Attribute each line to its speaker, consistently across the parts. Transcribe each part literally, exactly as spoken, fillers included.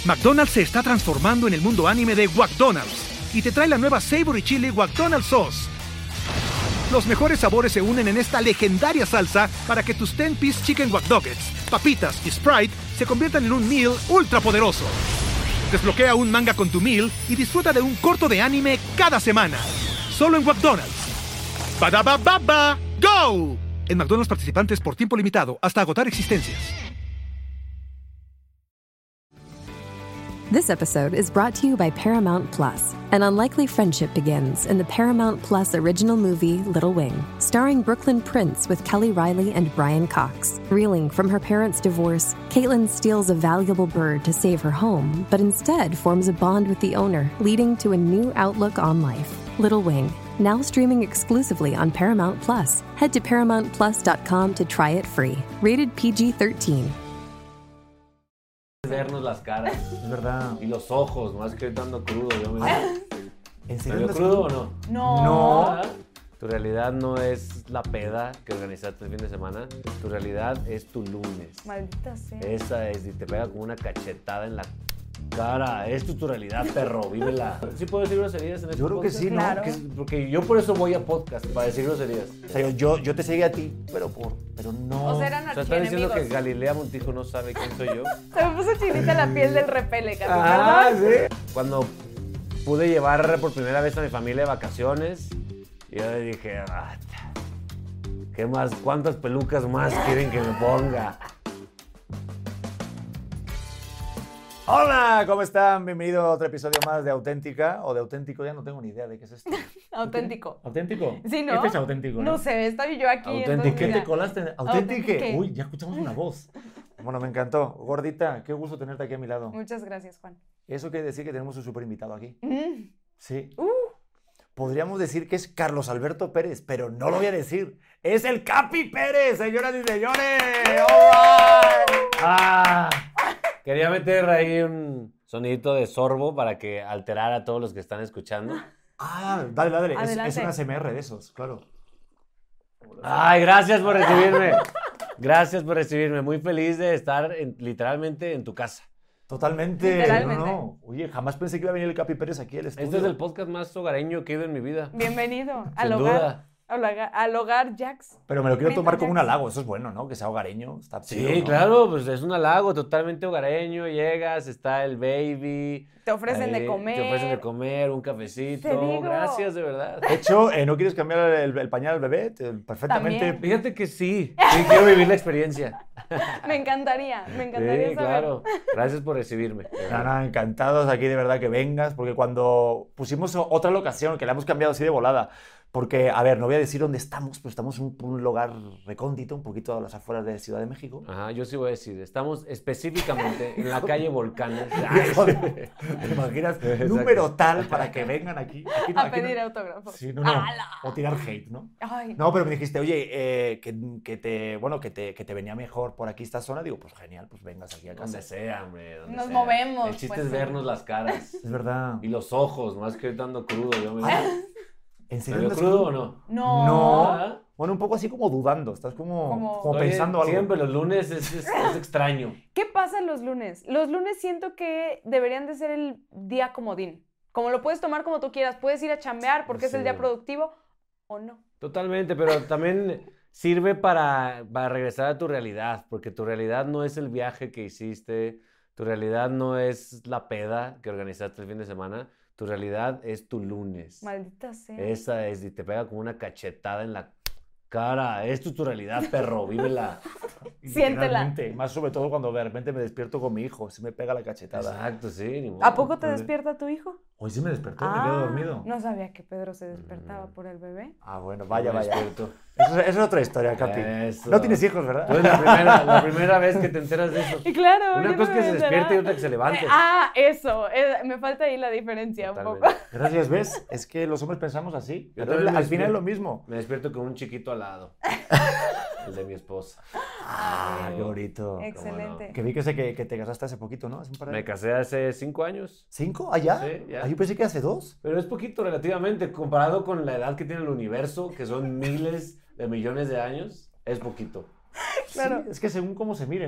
Speaker 1: McDonald's se está transformando en el mundo anime de McDonald's y te trae la nueva Savory Chili McDonald's Sauce. Los mejores sabores se unen en esta legendaria salsa para que tus ten-piece chicken wack nuggets, papitas y Sprite se conviertan en un meal ultra poderoso. Desbloquea un manga con tu meal y disfruta de un corto de anime cada semana. Solo en McDonald's. ¡Badaba baba! ¡Go! En McDonald's participantes por tiempo limitado hasta agotar existencias.
Speaker 2: This episode is brought to you by Paramount Plus. An unlikely friendship begins in the Paramount Plus original movie Little Wing, starring Brooklyn Prince with Kelly Riley and Brian Cox. Reeling from her parents' divorce, Caitlin steals a valuable bird to save her home, but instead forms a bond with the owner, leading to a new outlook on life. Little Wing, now streaming exclusively on Paramount Plus. Head to paramount plus dot com to try it free. Rated P G thirteen.
Speaker 3: Vernos las caras.
Speaker 4: Es verdad.
Speaker 3: Y los ojos, más que dando crudo. Yo me...
Speaker 4: ¿En
Speaker 3: ¿Te
Speaker 4: serio?
Speaker 3: veo
Speaker 4: andas
Speaker 3: crudo o
Speaker 4: crudo?
Speaker 3: no?
Speaker 5: No.
Speaker 4: No.
Speaker 3: Tu realidad no es la peda que organizaste el fin de semana. Tu realidad es tu lunes.
Speaker 5: Maldita sea.
Speaker 3: Esa es, y te pega como una cachetada en la cara. Esto es tu realidad, perro. Vívela. ¿Sí puedo decir groserías en este
Speaker 4: Yo creo que
Speaker 3: podcast?
Speaker 4: sí, ¿no?
Speaker 5: Claro.
Speaker 3: Que es- porque yo por eso voy a podcast, para decir groserías.
Speaker 4: O sea, yo, yo, yo te seguí a ti, pero por, pero no.
Speaker 5: O sea, eran
Speaker 3: O sea, está diciendo que
Speaker 5: archienemigos.
Speaker 3: Galilea Montijo no sabe quién soy yo.
Speaker 5: Se me puso chinita la piel del repele, casi,
Speaker 3: Ah,
Speaker 5: ¿verdad?
Speaker 3: sí. Cuando pude llevar por primera vez a mi familia de vacaciones, yo le dije, "Ah, ¿qué más? ¿Cuántas pelucas más quieren que me ponga?"
Speaker 4: Hola, ¿cómo están? Bienvenido a otro episodio más de Auténtica o de Auténtico, ya no tengo ni idea de qué es esto.
Speaker 5: Auténtico.
Speaker 4: ¿Auténtico?
Speaker 5: Sí, ¿no?
Speaker 4: Este es auténtico, ¿no?
Speaker 5: No sé, estoy yo aquí.
Speaker 3: Auténtico.
Speaker 5: entonces,
Speaker 4: ¿Qué te
Speaker 5: mira.
Speaker 4: colaste? ¿Auténtique?
Speaker 5: Auténtique.
Speaker 4: Uy, ya escuchamos una voz. Bueno, me encantó. Gordita, qué gusto tenerte aquí a mi lado.
Speaker 5: Muchas gracias, Juan.
Speaker 4: Eso quiere decir que tenemos un súper invitado aquí.
Speaker 5: Mm.
Speaker 4: Sí.
Speaker 5: Uh.
Speaker 4: Podríamos decir que es Carlos Alberto Pérez, pero no lo voy a decir. ¡Es el Capi Pérez, señoras y señores! ¡All right!
Speaker 3: Ah, quería meter ahí un sonidito de sorbo para que alterara a todos los que están escuchando.
Speaker 4: Ah, dale, dale. Es,
Speaker 5: Adelante.
Speaker 4: es una A S M R de esos, claro.
Speaker 3: Ay, gracias por recibirme. Gracias por recibirme. Muy feliz de estar en- literalmente en tu casa.
Speaker 4: Totalmente.
Speaker 5: Literalmente.
Speaker 4: No, no. Oye, jamás pensé que iba a venir el Capi Pérez aquí al estudio.
Speaker 3: Este es el podcast más hogareño que he ido en mi vida.
Speaker 5: Bienvenido al
Speaker 3: Sin
Speaker 5: hogar.
Speaker 3: duda.
Speaker 5: Al hogar, al hogar Jax.
Speaker 4: Pero me lo quiero
Speaker 5: Mental
Speaker 4: tomar como un
Speaker 5: Jackson.
Speaker 4: halago. Eso es bueno, ¿no? Que sea hogareño. Está chido,
Speaker 3: Sí,
Speaker 4: ¿no?
Speaker 3: claro, pues es un halago totalmente hogareño. Llegas, está el baby.
Speaker 5: Te ofrecen de
Speaker 3: ahí
Speaker 5: comer.
Speaker 3: Te ofrecen de comer, un cafecito.
Speaker 5: Te digo.
Speaker 3: Gracias, de verdad.
Speaker 4: De hecho, eh, ¿no quieres cambiar el, el pañal al bebé? Te- perfectamente.
Speaker 5: También.
Speaker 3: Fíjate que sí. Sí, quiero vivir la experiencia.
Speaker 5: Me encantaría, me encantaría
Speaker 3: Sí,
Speaker 5: saber.
Speaker 3: claro. Gracias por recibirme.
Speaker 4: No, no, encantados aquí de verdad que vengas, porque cuando pusimos o- otra locación, que la hemos cambiado así de volada, porque, a ver, no voy a decir dónde estamos, pero estamos en un, un lugar recóndito, un poquito a las afueras de Ciudad de México.
Speaker 3: Ajá, yo sí voy a decir, estamos específicamente en la calle Volcanes.
Speaker 4: Joder, ¿te imaginas? Número tal para que vengan aquí. Aquí no,
Speaker 5: A
Speaker 4: aquí no.
Speaker 5: pedir autógrafos.
Speaker 4: Sí, no, no.
Speaker 5: ¡Hala!
Speaker 4: O tirar hate, ¿no?
Speaker 5: Ay,
Speaker 4: No, pero me dijiste, oye, eh, que, que te, bueno, que te, que te venía mejor por aquí esta zona. Digo, pues genial, pues vengas aquí a casa.
Speaker 3: Donde sea, hombre. donde
Speaker 5: Nos
Speaker 3: sea.
Speaker 5: movemos,
Speaker 3: El chiste
Speaker 5: pues,
Speaker 3: es
Speaker 5: sí.
Speaker 3: vernos las caras.
Speaker 4: Es verdad.
Speaker 3: Y los ojos, más que dando crudo. Yo me...
Speaker 4: ¿En
Speaker 3: ¿Me
Speaker 4: serio?
Speaker 3: veo
Speaker 4: andas
Speaker 3: crudo
Speaker 4: crudo?
Speaker 3: o no?
Speaker 5: no.
Speaker 4: No.
Speaker 3: ¿Ah?
Speaker 4: Bueno, un poco así como dudando. Estás como,
Speaker 5: Como-
Speaker 4: como
Speaker 3: Oye,
Speaker 4: pensando algo.
Speaker 3: Siempre los lunes es, es- es extraño.
Speaker 5: ¿Qué pasa los lunes? Los lunes siento que deberían de ser el día comodín. Como lo puedes tomar como tú quieras. Puedes ir a chambear porque es el
Speaker 3: Sí.
Speaker 5: día productivo o no.
Speaker 3: Totalmente, pero también sirve para, para regresar a tu realidad, porque tu realidad no es el viaje que hiciste, tu realidad no es la peda que organizaste el fin de semana, tu realidad es tu lunes.
Speaker 5: Maldita sea.
Speaker 3: Esa es, y te pega como una cachetada en la cara. Esto es tu realidad, perro, vívela.
Speaker 5: Siéntela.
Speaker 4: Literalmente. Más sobre todo cuando de repente me despierto con mi hijo. Se me pega la cachetada.
Speaker 3: Exacto, sí. Ni modo.
Speaker 5: ¿A poco te despierta tu hijo?
Speaker 4: Hoy sí me despertó, me quedo dormido.
Speaker 5: No sabía que Pedro se despertaba por el bebé.
Speaker 4: Ah, bueno, vaya,
Speaker 3: Me
Speaker 4: vaya.
Speaker 3: despierto.
Speaker 4: Eso, es- eso es otra historia, Capi.
Speaker 3: Eso.
Speaker 4: No tienes hijos, ¿verdad?
Speaker 3: Tú es la primera, la primera vez que te enteras de eso.
Speaker 5: Y claro.
Speaker 3: Una
Speaker 5: yo
Speaker 3: cosa
Speaker 5: no
Speaker 3: es que
Speaker 5: me
Speaker 3: se
Speaker 5: había
Speaker 3: despierte y
Speaker 5: enterado.
Speaker 3: otra que se levante.
Speaker 5: Eh, Ah, eso. eh, me falta ahí la diferencia un
Speaker 3: Totalmente.
Speaker 5: poco.
Speaker 4: Gracias, ¿ves? Es que los hombres pensamos así.
Speaker 3: Yo
Speaker 4: Pero
Speaker 3: también me
Speaker 4: al final es lo
Speaker 3: despierto.
Speaker 4: mismo.
Speaker 3: Me despierto con un chiquito al lado. El de mi esposa.
Speaker 4: Ah, qué bonito.
Speaker 5: Excelente.
Speaker 4: Que vi que, sé que, que te casaste hace poquito, ¿no? Hace un par de
Speaker 3: Me
Speaker 4: años.
Speaker 3: casé hace cinco años.
Speaker 4: ¿Cinco? ¿Allá?
Speaker 3: Sí, ya.
Speaker 4: Ah, yo pensé que hace dos.
Speaker 3: Pero es poquito relativamente. Comparado con la edad que tiene el universo, que son miles de millones de años, es poquito.
Speaker 5: Claro.
Speaker 4: Sí, es que según cómo se mire, ¿no?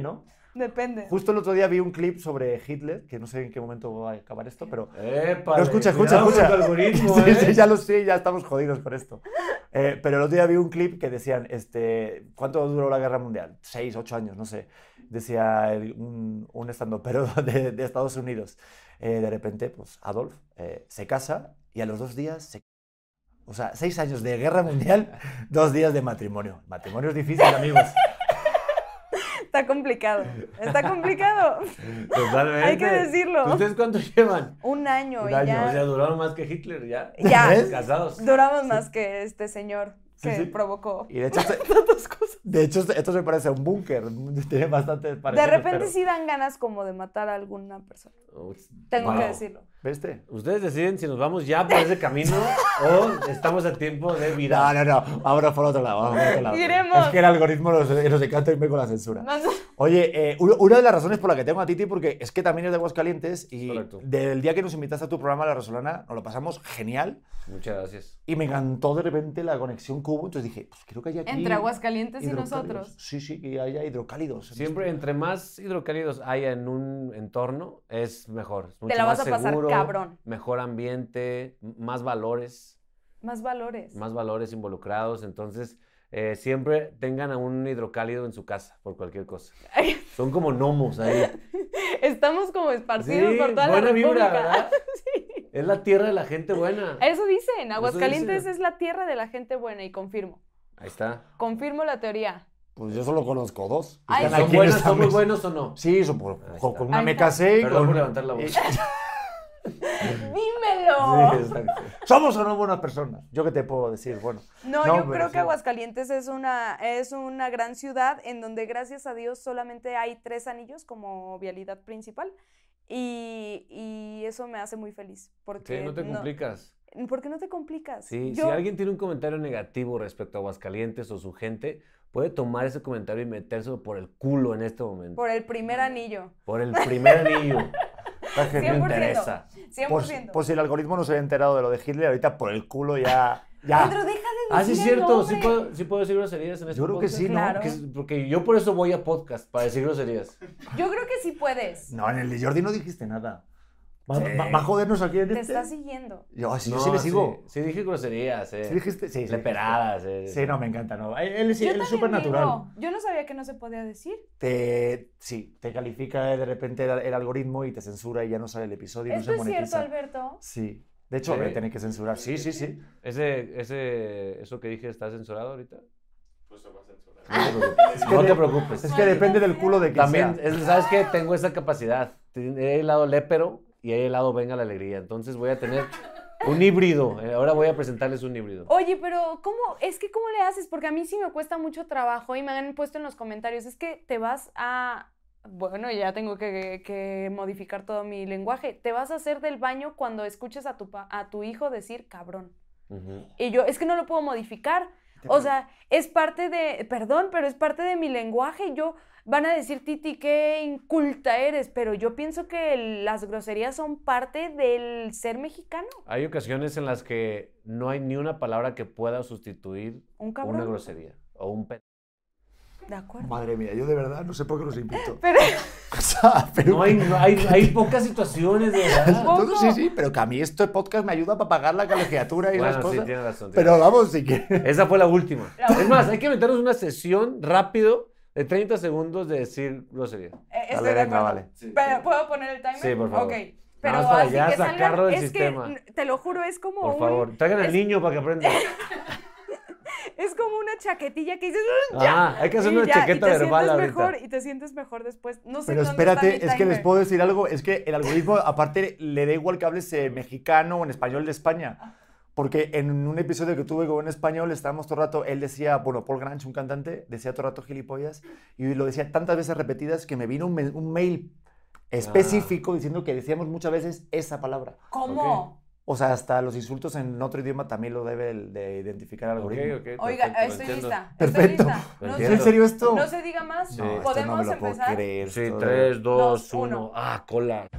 Speaker 5: Depende.
Speaker 4: Justo el otro día vi un clip sobre Hitler, que no sé en qué momento va a acabar esto, pero...
Speaker 3: Épale,
Speaker 4: Pero escucha, escucha,
Speaker 3: cuidado con
Speaker 4: escucha.
Speaker 3: tu algoritmo,
Speaker 4: Sí,
Speaker 3: ¿eh?
Speaker 4: sí, ya lo sé, ya estamos jodidos con esto. Eh, pero el otro día vi un clip que decían, este, ¿cuánto duró la Guerra Mundial? Seis, ocho años, no sé. Decía el- un, un estandopero de, de Estados Unidos. Eh, de repente, pues Adolf eh, se casa y a los dos días se... O sea, seis años de Guerra Mundial, dos días de matrimonio. Matrimonio es difícil, amigos.
Speaker 5: Está complicado. Está complicado.
Speaker 3: Totalmente.
Speaker 5: Hay que decirlo.
Speaker 3: ¿Ustedes cuánto llevan?
Speaker 5: Un año
Speaker 4: Un
Speaker 5: y
Speaker 4: año,
Speaker 5: ya.
Speaker 3: O sea, duraron más que Hitler, ya.
Speaker 5: Ya.
Speaker 4: ¿Ves?
Speaker 3: Casados.
Speaker 5: Duramos más que este señor
Speaker 4: Sí,
Speaker 5: que
Speaker 4: sí.
Speaker 5: provocó
Speaker 4: Y de hecho, este-
Speaker 5: tantas cosas.
Speaker 4: de hecho, este- esto se parece a un búnker. Tiene bastante
Speaker 5: De
Speaker 4: parecido.
Speaker 5: repente
Speaker 4: pero...
Speaker 5: sí dan ganas como de matar a alguna persona.
Speaker 3: Uy,
Speaker 5: Tengo
Speaker 3: wow.
Speaker 5: que decirlo.
Speaker 4: ¿Viste?
Speaker 3: Ustedes deciden si nos vamos ya por ese camino o estamos a tiempo de
Speaker 4: No,
Speaker 3: virar.
Speaker 4: no, no. Vámonos por otro lado. Vámonos por otro lado.
Speaker 5: Iremos.
Speaker 4: Es que el algoritmo nos, nos encanta irme con la censura.
Speaker 5: Más-
Speaker 4: Oye, eh, u- una de las razones por la que tengo a Titi, porque es que también es de Aguascalientes y
Speaker 3: Correcto.
Speaker 4: del día que nos invitaste a tu programa La Resolana, nos lo pasamos genial
Speaker 3: Muchas gracias.
Speaker 4: y me encantó de repente la conexión que hubo. Entonces dije, pues creo que hay aquí...
Speaker 5: Entre Aguascalientes y
Speaker 4: hidrocálidos.
Speaker 5: nosotros.
Speaker 4: Sí, sí, que haya hidrocálidos.
Speaker 3: Siempre entre más hidrocálidos haya en un entorno, es mejor. Es mucho
Speaker 5: la vas
Speaker 3: más
Speaker 5: a pasar
Speaker 3: seguro,
Speaker 5: cabrón.
Speaker 3: mejor ambiente, m- más valores,
Speaker 5: Más valores.
Speaker 3: más valores involucrados. Entonces, eh, siempre tengan a un hidrocálido en su casa por cualquier cosa. Son como gnomos ahí.
Speaker 5: Estamos como esparcidos
Speaker 3: Sí,
Speaker 5: por toda
Speaker 3: buena
Speaker 5: la
Speaker 3: vibra,
Speaker 5: República.
Speaker 3: ¿verdad? Es la tierra de la gente buena.
Speaker 5: Eso dicen. Aguascalientes
Speaker 3: dicen.
Speaker 5: es la tierra de la gente buena y confirmo.
Speaker 3: Ahí está.
Speaker 5: Confirmo la teoría.
Speaker 4: Pues yo solo conozco dos.
Speaker 5: Ay,
Speaker 4: Están
Speaker 3: ¿Son
Speaker 4: aquí en
Speaker 3: buenos,
Speaker 4: esta
Speaker 3: somos
Speaker 4: mesa.
Speaker 3: buenos o no?
Speaker 4: Sí, eso por-
Speaker 3: Ahí
Speaker 4: con,
Speaker 3: está.
Speaker 4: con una
Speaker 5: Ahí
Speaker 4: me
Speaker 5: está.
Speaker 4: casé y
Speaker 3: Perdón
Speaker 4: con...
Speaker 3: por levantar la voz.
Speaker 5: ¡Dímelo!
Speaker 3: Sí, exacto.
Speaker 4: ¿Somos o no buenas personas? ¿Yo qué te puedo decir? Bueno.
Speaker 5: No,
Speaker 4: No,
Speaker 5: yo
Speaker 4: pero
Speaker 5: creo
Speaker 4: sí.
Speaker 5: que Aguascalientes es una, es una gran ciudad en donde gracias a Dios solamente hay tres anillos como vialidad principal y, y eso me hace muy feliz. Porque
Speaker 3: Sí, no te complicas.
Speaker 5: ¿Por qué no te complicas?
Speaker 3: Sí,
Speaker 5: Yo-
Speaker 3: si alguien tiene un comentario negativo respecto a Aguascalientes o su gente, puede tomar ese comentario y metérselo por el culo en este momento.
Speaker 5: Por el primer anillo.
Speaker 3: Por el primer anillo.
Speaker 4: Está
Speaker 3: No
Speaker 4: genial.
Speaker 3: me
Speaker 5: cien por ciento.
Speaker 3: interesa.
Speaker 5: cien
Speaker 4: Por,
Speaker 5: por ciento.
Speaker 4: por si el algoritmo no se había enterado de lo de Hitler, ahorita por el culo ya... ya.
Speaker 5: Pedro, deja de
Speaker 3: Ah, sí, es
Speaker 5: decir el
Speaker 3: cierto. Sí
Speaker 5: nombre.
Speaker 3: puedo, sí puedo decir groserías en este
Speaker 4: Yo creo que
Speaker 3: podcast.
Speaker 4: sí, ¿no?
Speaker 5: Claro.
Speaker 3: Que es- porque yo por eso voy a podcast, para decir groserías.
Speaker 5: Yo creo que sí puedes.
Speaker 4: No, en el de Jordi no dijiste nada. ¿Va,
Speaker 3: Sí.
Speaker 4: va- va a jodernos aquí en
Speaker 5: Te
Speaker 4: este?
Speaker 5: está siguiendo.
Speaker 4: Yo, sí, yo
Speaker 3: No,
Speaker 4: sí le sigo.
Speaker 3: Sí, sí dije groserías, eh.
Speaker 4: ¿Sí dijiste? Sí, sí.
Speaker 3: Leperadas, eh.
Speaker 4: Sí, no, me encanta, no. Él, él es
Speaker 5: Yo
Speaker 4: él es
Speaker 5: también
Speaker 4: súper natural.
Speaker 5: digo, yo no sabía que no se podía decir.
Speaker 4: Te, sí, te califica de repente el, el algoritmo y te censura y ya no sale el episodio y no
Speaker 5: ¿Esto
Speaker 4: se
Speaker 5: es
Speaker 4: monetiza.
Speaker 5: cierto, Alberto?
Speaker 4: Sí. De hecho,
Speaker 3: Sí.
Speaker 4: voy a tener que censurar. Sí, sí, sí.
Speaker 3: Ese, ese, eso que dije está censurado ahorita.
Speaker 6: Pues se va a censurar.
Speaker 3: No te preocupes.
Speaker 4: Es que depende del culo de quién
Speaker 3: También,
Speaker 4: sea.
Speaker 3: es- ¿sabes qué? Tengo esa capacidad. Hay el lado lépero y hay el lado venga la alegría. Entonces voy a tener un híbrido. Eh, Ahora voy a presentarles un híbrido.
Speaker 5: Oye, pero ¿cómo? Es que ¿cómo le haces? Porque a mí sí me cuesta mucho trabajo y me han puesto en los comentarios. Es que te vas a... Bueno, ya tengo que, que modificar todo mi lenguaje. Te vas a hacer del baño cuando escuches a tu, pa- a tu hijo decir cabrón.
Speaker 3: Ujú.
Speaker 5: Y yo, es que no lo puedo modificar. O sea, es parte de, perdón, pero es parte de mi lenguaje. Yo, van a decir, Titi, qué inculta eres, pero yo pienso que el- las groserías son parte del ser mexicano.
Speaker 3: Hay ocasiones en las que no hay ni una palabra que pueda sustituir
Speaker 5: Un cabrón.
Speaker 3: una grosería o un pe...
Speaker 5: De acuerdo.
Speaker 4: Madre mía, yo de verdad no sé por qué los invito.
Speaker 5: Pero,
Speaker 4: O sea, pero...
Speaker 3: No hay, no hay, hay pocas situaciones de verdad.
Speaker 5: Poco.
Speaker 4: Todo- sí, sí, pero que a mí este podcast me ayuda para pagar la colegiatura y
Speaker 3: Bueno,
Speaker 4: esas
Speaker 3: sí,
Speaker 4: cosas.
Speaker 3: tienes razón. tienes
Speaker 4: Pero
Speaker 3: razón.
Speaker 4: vamos, si quieres.
Speaker 3: Esa fue la última.
Speaker 5: La
Speaker 3: Es más, hay que meternos una sesión rápido de treinta segundos de decir grosería.
Speaker 5: eh, estoy
Speaker 4: Dale,
Speaker 5: de
Speaker 4: venga,
Speaker 5: acuerdo.
Speaker 4: vale.
Speaker 6: Sí.
Speaker 5: Pero, ¿puedo poner el timer?
Speaker 3: Sí, por favor.
Speaker 5: Ok.
Speaker 3: Nada
Speaker 5: Pero
Speaker 3: más para
Speaker 5: así
Speaker 3: ya
Speaker 5: que
Speaker 3: sacarlo
Speaker 5: salgan,
Speaker 3: del
Speaker 5: es
Speaker 3: sistema.
Speaker 5: que, n- te lo juro, es como
Speaker 3: Por
Speaker 5: un...
Speaker 3: favor, traigan al
Speaker 5: es-
Speaker 3: niño para que aprenda.
Speaker 5: Es como una chaquetilla que dices,
Speaker 3: Ah, hay que hacer
Speaker 5: y
Speaker 3: una
Speaker 5: ya,
Speaker 3: chaqueta
Speaker 5: y te
Speaker 3: verbal
Speaker 5: sientes
Speaker 3: ahorita.
Speaker 5: mejor y te sientes mejor después. No sé
Speaker 4: Pero
Speaker 5: dónde está
Speaker 4: espérate,
Speaker 5: mi
Speaker 4: es que les
Speaker 5: timer.
Speaker 4: puedo decir algo. Es que el algoritmo, aparte, le da igual que hables eh, mexicano o en español de España. Porque en un episodio que tuve con un español, estábamos todo el rato, él decía, bueno, Paul Grange, un cantante, decía todo el rato gilipollas, y lo decía tantas veces repetidas que me vino un, me- un mail específico diciendo que decíamos muchas veces esa palabra.
Speaker 5: ¿Cómo?
Speaker 4: O sea, hasta los insultos en otro idioma también lo debe el- de identificar el
Speaker 3: Ok,
Speaker 4: algoritmo.
Speaker 3: ok,
Speaker 5: Oiga,
Speaker 3: perfecto, lo
Speaker 5: estoy
Speaker 3: entiendo.
Speaker 5: lista.
Speaker 4: Perfecto.
Speaker 5: Estoy lista.
Speaker 3: Lo
Speaker 5: No,
Speaker 4: ¿Es
Speaker 3: entiendo.
Speaker 4: en serio esto?
Speaker 5: no se diga más.
Speaker 3: Sí.
Speaker 4: No, esto
Speaker 5: ¿Podemos
Speaker 4: no me lo puedo
Speaker 5: empezar?
Speaker 4: creer.
Speaker 3: Sí,
Speaker 4: esto-
Speaker 3: tres, dos,
Speaker 5: Dos,
Speaker 3: uno.
Speaker 5: uno.
Speaker 3: Ah, cola.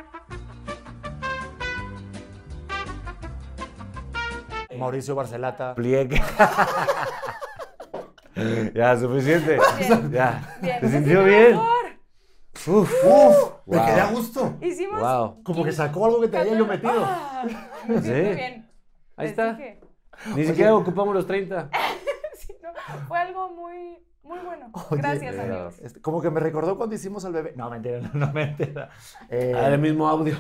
Speaker 4: Mauricio Barcelata.
Speaker 3: Pliegue. Ya, suficiente.
Speaker 5: Bien.
Speaker 3: Ya.
Speaker 5: Bien.
Speaker 3: ¿Te
Speaker 5: me
Speaker 3: sintió
Speaker 5: siento
Speaker 3: bien?
Speaker 5: mejor.
Speaker 3: Uf,
Speaker 4: ¡Uf! Me
Speaker 3: Wow.
Speaker 4: quedé a gusto.
Speaker 5: Hicimos...
Speaker 3: wow.
Speaker 4: Como que sacó algo que traía yo metido.
Speaker 5: Ah, me siento
Speaker 3: Sí.
Speaker 5: bien.
Speaker 3: Ahí
Speaker 5: Les
Speaker 3: está.
Speaker 5: dije.
Speaker 3: Ni siquiera ocupamos los treinta.
Speaker 5: Sí, no, fue algo muy, muy bueno.
Speaker 4: Oye,
Speaker 5: Gracias,
Speaker 3: mira.
Speaker 5: amigos.
Speaker 4: Este, como que me recordó cuando hicimos al bebé. No, mentira, no, no mentira. Eh,
Speaker 3: Ah, el mismo audio.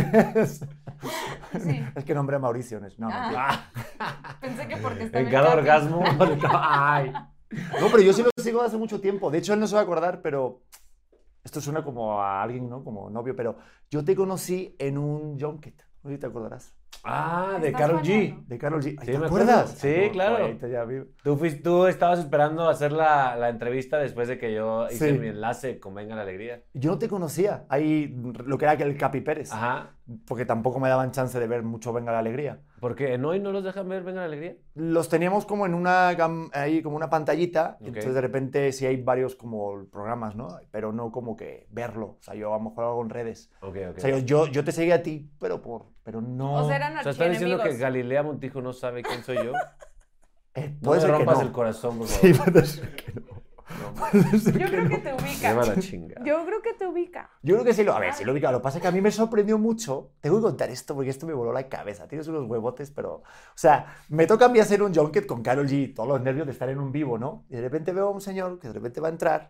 Speaker 5: Sí.
Speaker 4: Es que nombré a Mauricio. No, no,
Speaker 5: Ah.
Speaker 4: mentira.
Speaker 5: Pensé que porque estaba
Speaker 3: En
Speaker 5: el
Speaker 3: cada
Speaker 5: Capi.
Speaker 3: orgasmo.
Speaker 4: Ay. No, pero yo sí lo sigo hace mucho tiempo. De hecho, él no se va a acordar, pero esto suena como a alguien, ¿no? Como novio, pero yo te conocí en un junket. No sé si te acordarás.
Speaker 3: Ah, de
Speaker 5: ¿Estás
Speaker 3: Karol G.
Speaker 5: bañando?
Speaker 4: De Karol G. Ay,
Speaker 3: Sí,
Speaker 4: ¿te
Speaker 3: me
Speaker 4: acuerdas?
Speaker 3: acuerdo. Sí,
Speaker 4: Ay, no,
Speaker 3: claro.
Speaker 4: ahorita ya vi-
Speaker 3: Tú, fuiste, tú estabas esperando hacer la, la entrevista después de que yo hice
Speaker 4: Sí.
Speaker 3: mi enlace con Venga la Alegría.
Speaker 4: Yo no te conocía. Ahí lo que era el Capi Pérez.
Speaker 3: Ajá.
Speaker 4: Porque tampoco me daban chance de ver mucho Venga la Alegría.
Speaker 3: Porque en hoy no los dejan ver Venga la Alegría.
Speaker 4: Los teníamos como en una, gam- ahí como una pantallita.
Speaker 3: Ok.
Speaker 4: Entonces de repente sí hay varios como programas, ¿no? Pero no como que verlo. O sea, yo a lo mejor hago en redes.
Speaker 3: Ok, ok.
Speaker 4: O sea, yo, yo, yo te seguí a ti, pero por, pero no.
Speaker 5: O sea, eran
Speaker 3: O sea, ¿estás diciendo que
Speaker 5: archienemigos.
Speaker 3: Galilea Montijo no sabe quién soy yo?
Speaker 4: Eh,
Speaker 3: No
Speaker 4: puede
Speaker 3: me
Speaker 4: ser que
Speaker 3: rompas
Speaker 4: no.
Speaker 3: el corazón, por
Speaker 4: Sí,
Speaker 3: favor.
Speaker 4: puede ser que no. Puede ser
Speaker 5: Yo
Speaker 4: que
Speaker 5: creo
Speaker 4: no.
Speaker 5: que te
Speaker 3: Lleva
Speaker 5: ubica.
Speaker 3: la chinga.
Speaker 5: Yo creo que te ubica.
Speaker 4: Yo creo que sí lo. A ver, sí lo ubica. Lo que pasa es que a mí me sorprendió mucho. Tengo que contar esto porque esto me voló la cabeza. Tienes unos huevotes, pero. O sea, me toca a mí hacer un junket con Karol G. Todos los nervios de estar en un vivo, ¿no? Y de repente veo a un señor que de repente va a entrar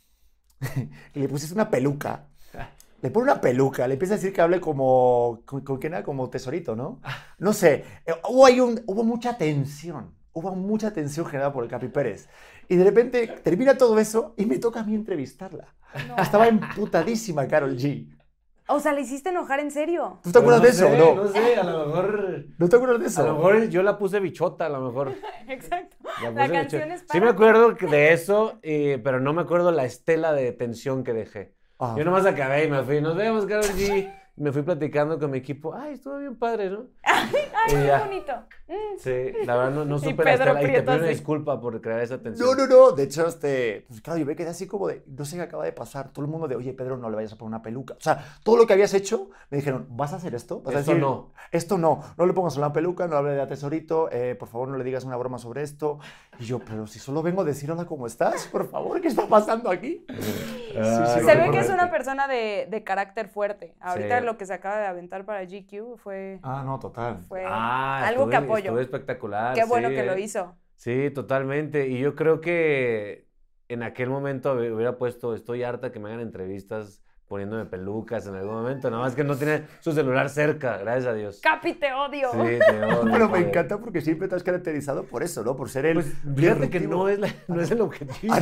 Speaker 4: y le pusiste una peluca. Le pone una peluca, le empieza a decir que hable como. ¿Con, con quién era? Como tesorito, ¿no? No sé. eh, Hubo, ahí un, hubo mucha tensión. Hubo mucha tensión generada por el Capi Pérez. Y de repente termina todo eso y me toca a mí entrevistarla.
Speaker 5: No.
Speaker 4: Estaba emputadísima Karol G.
Speaker 5: O sea, le hiciste enojar en serio.
Speaker 4: ¿Tú te acuerdas de
Speaker 3: Pues
Speaker 4: eso
Speaker 3: no
Speaker 4: o
Speaker 3: sé,
Speaker 4: no?
Speaker 3: No sé, a lo mejor...
Speaker 4: ¿No te acuerdas de eso?
Speaker 3: A lo mejor yo la puse bichota, a lo mejor.
Speaker 5: Exacto.
Speaker 3: La,
Speaker 5: La
Speaker 3: puse
Speaker 5: canción
Speaker 3: bichota.
Speaker 5: es
Speaker 3: Sí
Speaker 5: para
Speaker 3: me
Speaker 5: ti.
Speaker 3: acuerdo que- de eso, y- pero no me acuerdo la estela de tensión que dejé.
Speaker 4: Ah.
Speaker 3: Yo nomás acabé y me fui. Nos vemos, Karol G. Y me fui platicando con mi equipo. Ay, estuvo bien padre, ¿no?
Speaker 5: Ay,
Speaker 3: Y
Speaker 5: qué
Speaker 3: ya.
Speaker 5: bonito. Mm.
Speaker 3: Sí, la verdad no, no
Speaker 5: Y
Speaker 3: supe la
Speaker 5: Pedro
Speaker 3: estela. Y te
Speaker 5: Prieto
Speaker 3: pido una
Speaker 5: así.
Speaker 3: disculpa por crear esa tensión.
Speaker 4: No, no, no. De hecho, este, pues claro, yo me quedé así como de, no sé qué acaba de pasar. Todo el mundo de, oye, Pedro, no le vayas a poner una peluca. O sea, todo lo que habías hecho, me dijeron, ¿vas a hacer esto? ¿Vas a
Speaker 3: Esto
Speaker 4: decir,
Speaker 3: no.
Speaker 4: Esto no. No le pongas una peluca, no hable de tesorito, eh, por favor, no le digas una broma sobre esto. Y yo, pero si solo vengo a decir, hola, ¿cómo estás? Por favor, ¿qué está pasando aquí?
Speaker 3: Ay,
Speaker 4: sí,
Speaker 5: Se
Speaker 4: lo
Speaker 5: ve
Speaker 4: recuerdo.
Speaker 5: que es una persona de, de carácter fuerte. Ahorita
Speaker 3: Sí.
Speaker 5: lo que se acaba de aventar para G Q fue,
Speaker 4: Ah, no, total.
Speaker 5: fue
Speaker 3: Ah,
Speaker 5: algo
Speaker 3: estuve-
Speaker 5: que apoyo.
Speaker 3: Estuvo espectacular.
Speaker 5: Qué bueno
Speaker 3: sí,
Speaker 5: que lo
Speaker 3: eh.
Speaker 5: hizo.
Speaker 3: Sí, totalmente. Y yo creo que en aquel momento hub- hubiera puesto, estoy harta que me hagan entrevistas poniéndome pelucas en algún momento. Nada más que no tiene su celular cerca, gracias a Dios.
Speaker 5: Capi, te odio.
Speaker 3: Sí, te odio,
Speaker 4: Pero me
Speaker 3: joder.
Speaker 4: encanta porque siempre te has caracterizado por eso, ¿no? Por ser el
Speaker 3: Pues fíjate que
Speaker 4: disruptivo.
Speaker 3: no es, la- no es el objetivo.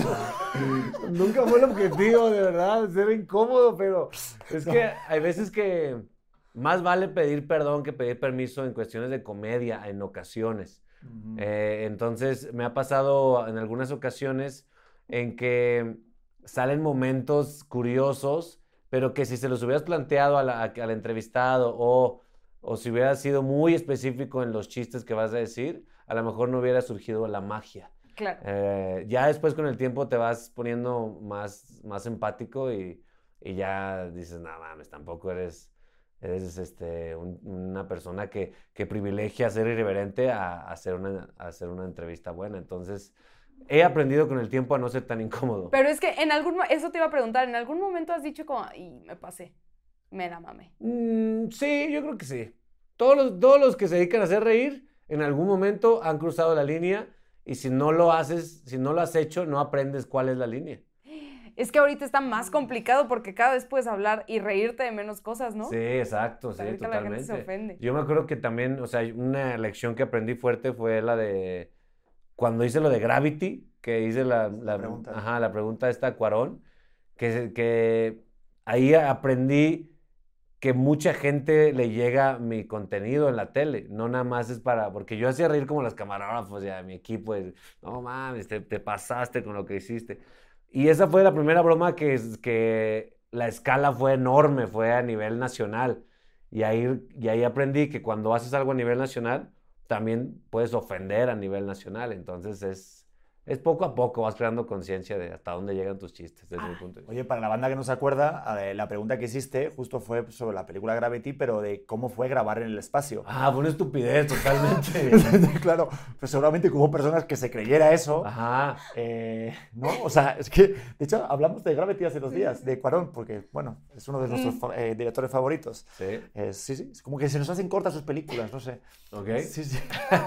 Speaker 4: Ah,
Speaker 3: Nunca fue el objetivo, de verdad, ser incómodo, pero es que hay veces que más vale pedir perdón que pedir permiso en cuestiones de comedia, en ocasiones.
Speaker 4: Ujú.
Speaker 3: Eh, entonces me ha pasado en algunas ocasiones en que salen momentos curiosos, pero que si se los hubieras planteado a la- a- al entrevistado o, o si hubieras sido muy específico en los chistes que vas a decir, a lo mejor no hubiera surgido la magia.
Speaker 5: Claro.
Speaker 3: Eh, ya después con el tiempo te vas poniendo más, más empático y, y ya dices, no mames, tampoco eres, eres este, un- una persona que, que privilegia ser irreverente a, a hacer una, a hacer una entrevista buena. Entonces, he aprendido con el tiempo a no ser tan incómodo.
Speaker 5: Pero es que en algún mo- eso te iba a preguntar, en algún momento has dicho como, y me pasé, me la mamé.
Speaker 3: Mm, sí, yo creo que sí. Todos los, todos los que se dedican a hacer reír, en algún momento han cruzado la línea y si no lo haces, si no lo has hecho, no aprendes cuál es la línea.
Speaker 5: Es que ahorita está más complicado porque cada vez puedes hablar y reírte de menos cosas, ¿no?
Speaker 3: Sí, exacto, sí,
Speaker 5: Ahorita la gente se
Speaker 3: totalmente.
Speaker 5: ofende.
Speaker 3: Yo me acuerdo que también, o sea, una lección que aprendí fuerte fue la de cuando hice lo de Gravity, que hice la, la,
Speaker 4: pregunta.
Speaker 3: ajá, la pregunta esta a Cuarón, que, que ahí aprendí que mucha gente le llega mi contenido en la tele, no nada más es para, porque yo hacía reír como los camarógrafos ya, mi equipo, y, no mames, te, te pasaste con lo que hiciste. Y esa fue la primera broma que, que la escala fue enorme, fue a nivel nacional. Y ahí, y ahí aprendí que cuando haces algo a nivel nacional, también puedes ofender a nivel nacional. Entonces es, es poco a poco, vas creando conciencia de hasta dónde llegan tus chistes, desde mi punto de vista.
Speaker 4: Oye, para la banda que no se acuerda, eh, la pregunta que hiciste justo fue sobre la película Gravity, pero de cómo fue grabar en el espacio.
Speaker 3: Ah, fue una estupidez, totalmente.
Speaker 4: Claro, pues seguramente que hubo personas que se creyera eso.
Speaker 3: Ajá.
Speaker 4: Eh, ¿no? O sea, es que, de hecho, hablamos de Gravity hace dos días, de Cuarón, porque, bueno, es uno de nuestros fa- eh, directores favoritos.
Speaker 3: Sí.
Speaker 4: Eh, sí, sí, es como que se nos hacen cortas sus películas, no sé.
Speaker 3: Ok.
Speaker 4: Sí, sí.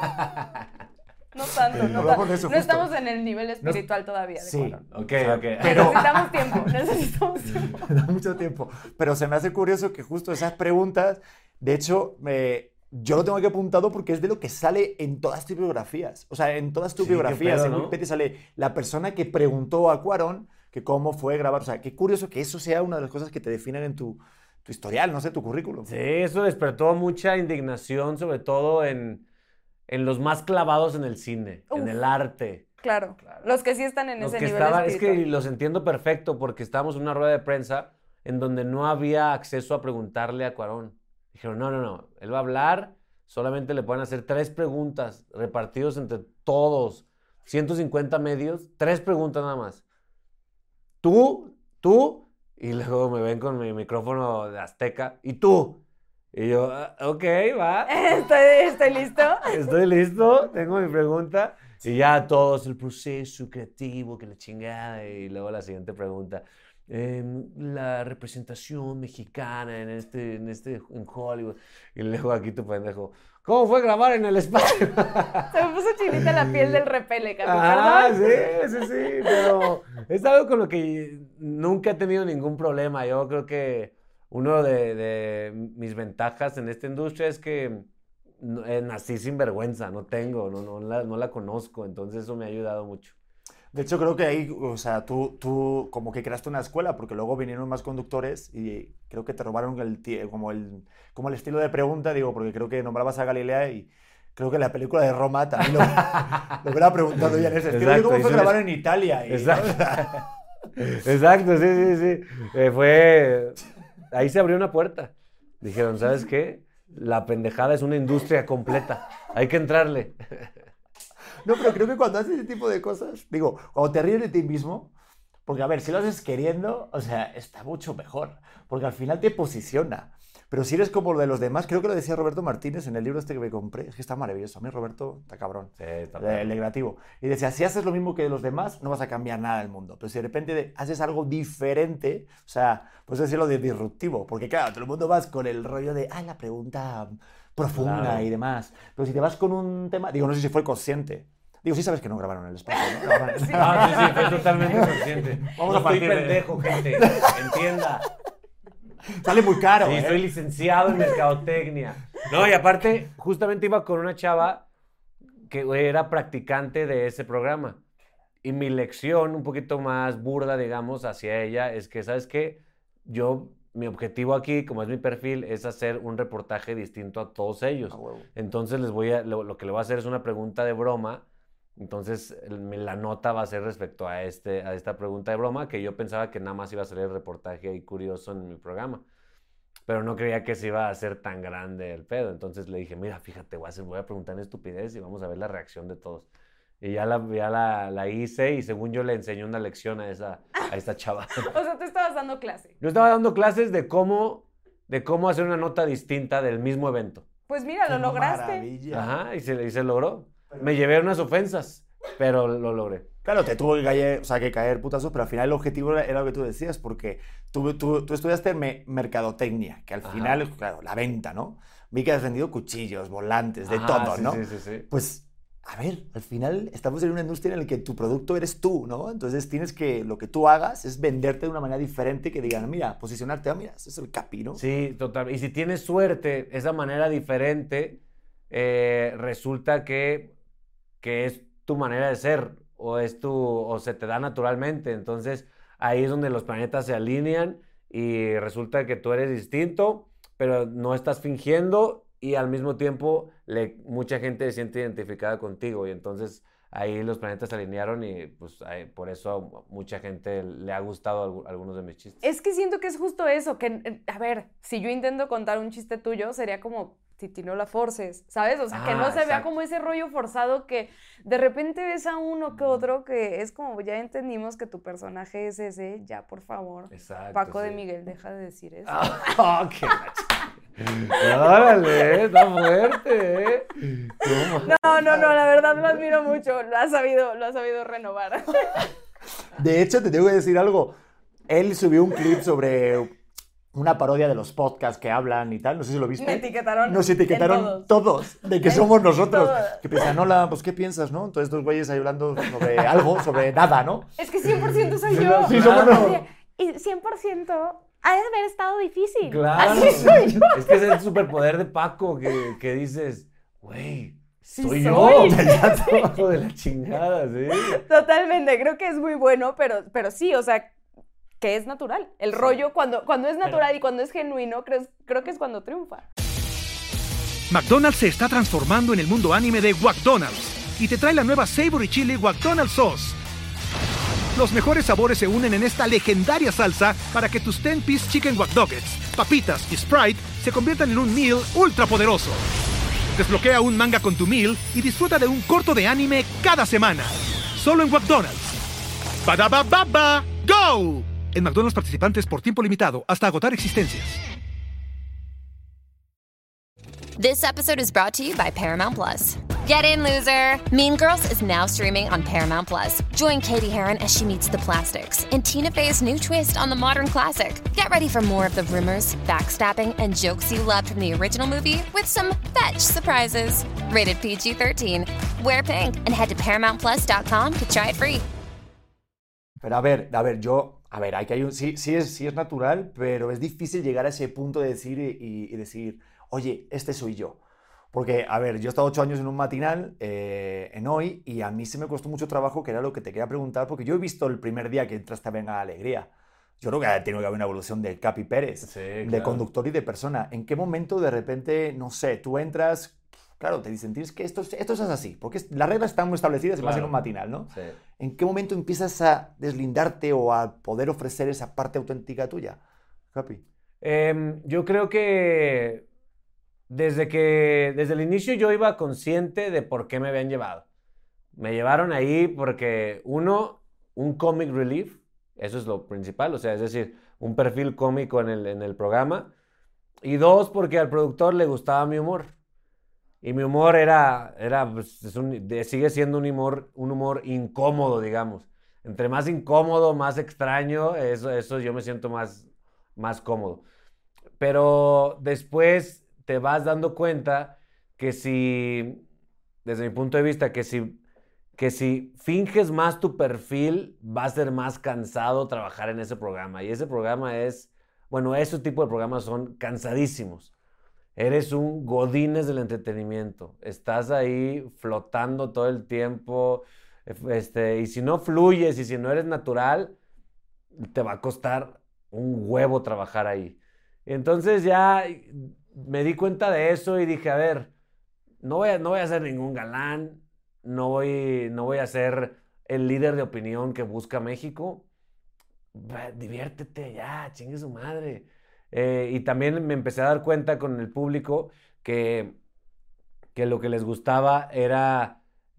Speaker 5: No tanto, no
Speaker 4: Hablamos
Speaker 5: tanto.
Speaker 4: de eso
Speaker 5: No
Speaker 4: justo.
Speaker 5: estamos en el nivel espiritual todavía. De
Speaker 4: Sí.
Speaker 5: Cuarón.
Speaker 3: Ok, ok.
Speaker 4: Pero-
Speaker 5: Necesitamos tiempo, necesitamos tiempo.
Speaker 4: Da mucho tiempo. Pero se me hace curioso que justo esas preguntas, de hecho, me- yo lo tengo aquí apuntado porque es de lo que sale en todas tus biografías. O sea, en todas tus
Speaker 3: Sí, qué
Speaker 4: biografías,
Speaker 3: pedo,
Speaker 4: en
Speaker 3: ¿no?
Speaker 4: Wikipedia sale la persona que preguntó a Cuarón que cómo fue grabar. O sea, qué curioso que eso sea una de las cosas que te definen en tu, tu historial, no sé, tu currículum.
Speaker 3: Sí, eso despertó mucha indignación, sobre todo en, en los más clavados en el cine, en
Speaker 5: Uf.
Speaker 3: el arte.
Speaker 5: Claro, los que sí están en
Speaker 3: Los
Speaker 5: ese
Speaker 3: que
Speaker 5: nivel
Speaker 3: estaban, es
Speaker 5: espiritual.
Speaker 3: que los entiendo perfecto porque estábamos en una rueda de prensa en donde no había acceso a preguntarle a Cuarón. Dijeron, no, no, no, él va a hablar, solamente le pueden hacer tres preguntas repartidos entre todos, ciento cincuenta medios, tres preguntas nada más. Tú, tú, y luego me ven con mi micrófono de Azteca, y tú. Y yo, "Ah, ok, va,
Speaker 5: Estoy, estoy listo.
Speaker 3: estoy listo, tengo mi pregunta. Y ya todos, el proceso creativo, que la chingada. Y luego la siguiente pregunta. em, la representación mexicana en este, en este, en Hollywood. Y luego aquí tu pendejo. ¿Cómo fue grabar en el espacio?
Speaker 5: Se me puso chinita la piel del repele, Capi,
Speaker 3: Ah,
Speaker 5: perdón.
Speaker 3: sí, sí, sí, pero es algo con lo que nunca he tenido ningún problema. Yo creo que uno de, de mis ventajas en esta industria es que no- eh, nací sin vergüenza, no tengo, no, no, la, no la conozco, entonces eso me ha ayudado mucho.
Speaker 4: De hecho, creo que ahí, o sea, tú, tú como que creaste una escuela, porque luego vinieron más conductores y creo que te robaron el, tie- como el, como el estilo de pregunta, digo, porque creo que nombrabas a Galilea y creo que la película de Roma también lo, lo hubiera preguntado ya en ese estilo. ¿Y
Speaker 3: Exacto,
Speaker 4: cómo
Speaker 3: y
Speaker 4: fue
Speaker 3: son
Speaker 4: grabar
Speaker 3: es-
Speaker 4: en Italia? Y,
Speaker 3: Exacto. Exacto, sí, sí, sí. Eh, fue. Ahí se abrió una puerta. Dijeron, ¿sabes qué? La pendejada es una industria completa. Hay que entrarle.
Speaker 4: No, pero creo que cuando haces ese tipo de cosas, digo, cuando te ríes de ti mismo, porque a ver, si lo haces queriendo, o sea, está mucho mejor, porque al final te posiciona. Pero si eres como lo de los demás, creo que lo decía Roberto Martínez en el libro este que me compré, es que está maravilloso. A mí Roberto está cabrón.
Speaker 3: Sí, está
Speaker 4: El,
Speaker 3: perro.
Speaker 4: el negativo. Y decía, si haces lo mismo que los demás, no vas a cambiar nada del mundo. Pero si de repente de- haces algo diferente, o sea, puedes decirlo de disruptivo, porque claro, todo el mundo vas con el rollo de, ah, la pregunta profunda
Speaker 3: Claro.
Speaker 4: y demás. Pero si te vas con un tema, digo, no sé si fue consciente. Digo, sí sabes que no grabaron en el espacio, ¿no? Grabaron en-
Speaker 3: Ah, sí, sí, fue totalmente consciente.
Speaker 4: Vamos
Speaker 3: No
Speaker 4: a partir
Speaker 3: estoy
Speaker 4: de-
Speaker 3: pendejo, gente. Entienda.
Speaker 4: Sale muy caro,
Speaker 3: Sí,
Speaker 4: ¿eh?
Speaker 3: soy licenciado en mercadotecnia. No, y aparte, justamente iba con una chava que güey, era practicante de ese programa. Y mi lección, un poquito más burda, digamos, hacia ella, es que, ¿sabes qué? Yo, mi objetivo aquí, como es mi perfil, es hacer un reportaje distinto a todos ellos.
Speaker 4: A huevo.
Speaker 3: Entonces, les voy a, lo, lo que le voy a hacer es una pregunta de broma. Entonces, el- me- la nota va a ser respecto a, este, a esta pregunta de broma, que yo pensaba que nada más iba a ser el reportaje ahí curioso en mi programa. Pero no creía que se iba a hacer tan grande el pedo. Entonces le dije, mira, fíjate, voy a, hacer, voy a preguntar en estupidez y vamos a ver la reacción de todos. Y ya la, ya la, la hice y según yo le enseñé una lección a, esa, a esta chava.
Speaker 5: O sea, tú estabas dando clase.
Speaker 3: Yo estaba dando clases de cómo, de cómo hacer una nota distinta del mismo evento.
Speaker 5: Pues mira, lo
Speaker 4: ¡Qué
Speaker 5: lograste.
Speaker 4: maravilla!
Speaker 3: Ajá, y se, y se logró. Me llevé unas ofensas, pero lo logré.
Speaker 4: Claro, te tuvo que caer, o sea, que caer putazos, pero al final el objetivo era, era lo que tú decías, porque tú, tú, tú estudiaste me- mercadotecnia, que al
Speaker 3: Ajá.
Speaker 4: final, claro, la venta, ¿no? Vi que has vendido cuchillos, volantes, de
Speaker 3: Ajá,
Speaker 4: todo,
Speaker 3: sí,
Speaker 4: ¿no?
Speaker 3: Sí, sí, sí.
Speaker 4: Pues, a ver, al final estamos en una industria en la que tu producto eres tú, ¿no? Entonces tienes que, lo que tú hagas es venderte de una manera diferente, que digan, mira, posicionarte, ah, mira, ese es el Capi, ¿no?
Speaker 3: Sí, total. Y si tienes suerte, esa manera diferente, eh, resulta que, que es tu manera de ser o, es tu, o se te da naturalmente. Entonces, ahí es donde los planetas se alinean y resulta que tú eres distinto, pero no estás fingiendo y al mismo tiempo le, mucha gente se siente identificada contigo y entonces ahí los planetas se alinearon y pues ahí- por eso a mucha gente le ha gustado algu- algunos de mis chistes.
Speaker 5: Es que siento que es justo eso, que, eh, a ver, si yo intento contar un chiste tuyo, sería como Titi, no la forces, ¿sabes? O sea, que
Speaker 3: Ah,
Speaker 5: no se vea
Speaker 3: exacto.
Speaker 5: como ese rollo forzado que de repente ves a uno que otro que es como, ya entendimos que tu personaje es ese, ya, por favor.
Speaker 3: Exacto,
Speaker 5: Paco
Speaker 3: sí.
Speaker 5: de Miguel, deja de decir eso.
Speaker 3: Ah, qué gacho. Órale, está fuerte, ¿eh? ¿Cómo?
Speaker 5: No, no, no, la verdad lo admiro mucho, lo has sabido, lo has sabido renovar.
Speaker 4: De hecho, te tengo que decir algo. Él subió un clip sobre una parodia de los podcasts que hablan y tal. No sé si lo viste.
Speaker 5: Me etiquetaron
Speaker 4: Nos etiquetaron
Speaker 5: en todos.
Speaker 4: todos, de que
Speaker 5: En
Speaker 4: somos nosotros.
Speaker 5: todos.
Speaker 4: Que piensan, hola, pues ¿qué piensas, no? Entonces estos güeyes ahí hablando sobre algo, sobre nada, ¿no?
Speaker 5: Es que cien por ciento soy yo.
Speaker 4: Sí, somos
Speaker 5: Así
Speaker 4: nosotros.
Speaker 5: de, Y cien por ciento ha de haber estado difícil.
Speaker 3: Claro.
Speaker 5: Así soy yo.
Speaker 3: Es que es el superpoder de Paco que, que dices, güey,
Speaker 5: Sí
Speaker 3: soy
Speaker 5: soy.
Speaker 3: yo. Ya todo de la chingada, sí.
Speaker 5: Totalmente, creo que es muy bueno, pero, pero sí, o sea, que es natural. El rollo, cuando, cuando es natural y cuando es genuino, creo, creo que es cuando triunfa.
Speaker 1: McDonald's se está transformando en el mundo anime de McDonald's y te trae la nueva Savory Chili McDonald's Sauce. Los mejores sabores se unen en esta legendaria salsa para que tus ten-piece chicken wack nuggets, papitas y Sprite se conviertan en un meal ultra poderoso. Desbloquea un manga con tu meal y disfruta de un corto de anime cada semana. Solo en McDonald's. ¡Badaba baba! ¡Go! En McDonald's participantes por tiempo limitado hasta agotar existencias.
Speaker 7: This episode is brought to you by Paramount Plus. Get in, loser! Mean Girls is now streaming on Paramount Plus. Join Katie Heron as she meets the plastics in Tina Fey's new twist on the modern classic. Get ready for more of the rumors, backstabbing, and jokes you loved from the original movie with some fetch surprises. Rated P G thirteen. Wear pink and head to paramount plus dot com to try it free.
Speaker 4: Pero a ver, a ver, yo, a ver, hay que hay un, sí, sí, es, sí es natural, pero es difícil llegar a ese punto de decir y, y- y decir, oye, este soy yo. Porque, a ver, yo he estado ocho años en un matinal, eh, en Hoy, y a mí se me costó mucho trabajo, que era lo que te quería preguntar, porque yo he visto el primer día que entraste a Venga la Alegría. Yo creo que ha tenido que haber una evolución de Capi Pérez,
Speaker 3: Sí,
Speaker 4: de
Speaker 3: claro.
Speaker 4: conductor y de persona. ¿En qué momento de repente, no sé, tú entras, claro, te dicen, tienes que esto, es- esto es así, porque es- las reglas están muy establecidas y más en
Speaker 3: Claro.
Speaker 4: un matinal, ¿no?
Speaker 3: Sí.
Speaker 4: ¿En qué momento empiezas a deslindarte o a poder ofrecer esa parte auténtica tuya, Capi?
Speaker 3: Em, yo creo que desde que desde el inicio yo iba consciente de por qué me habían llevado. Me llevaron ahí porque, uno, un comic relief, eso es lo principal, o sea, es decir, un perfil cómico en el, en el programa. Y dos, porque al productor le gustaba mi humor. Y mi humor era, era pues, es un- de- sigue siendo un humor, un humor incómodo, digamos. Entre más incómodo, más extraño, eso, eso yo me siento más, más cómodo. Pero después te vas dando cuenta que si, desde mi punto de vista, que si, que si finges más tu perfil, va a ser más cansado trabajar en ese programa. Y ese programa es, bueno, ese tipo de programas son cansadísimos. Eres un godínez del entretenimiento. Estás ahí flotando todo el tiempo. Este, y si no fluyes y si no eres natural, te va a costar un huevo trabajar ahí. Entonces ya me di cuenta de eso y dije, a ver, no voy a, no voy a ser ningún galán, no voy, no voy a ser el líder de opinión que busca México. Va, diviértete ya, chingue su madre. Eh, y también me empecé a dar cuenta con el público que, que lo que les gustaba era,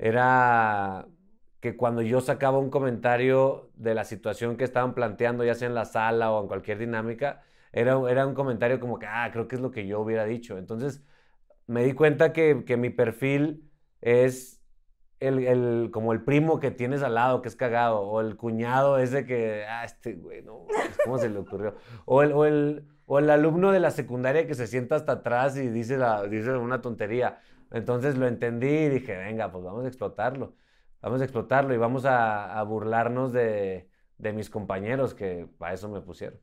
Speaker 3: era que cuando yo sacaba un comentario de la situación que estaban planteando, ya sea en la sala o en cualquier dinámica, era, era un comentario como que, ah, creo que es lo que yo hubiera dicho. Entonces me di cuenta que, que mi perfil es el, el, como el primo que tienes al lado, que es cagado, o el cuñado ese que, ah, este güey, no, ¿cómo se le ocurrió? O el, o el, o el alumno de la secundaria que se sienta hasta atrás y dice, la, dice una tontería. Entonces lo entendí y dije, venga, pues vamos a explotarlo. Vamos a explotarlo y vamos a, a burlarnos de, de mis compañeros que para eso me pusieron.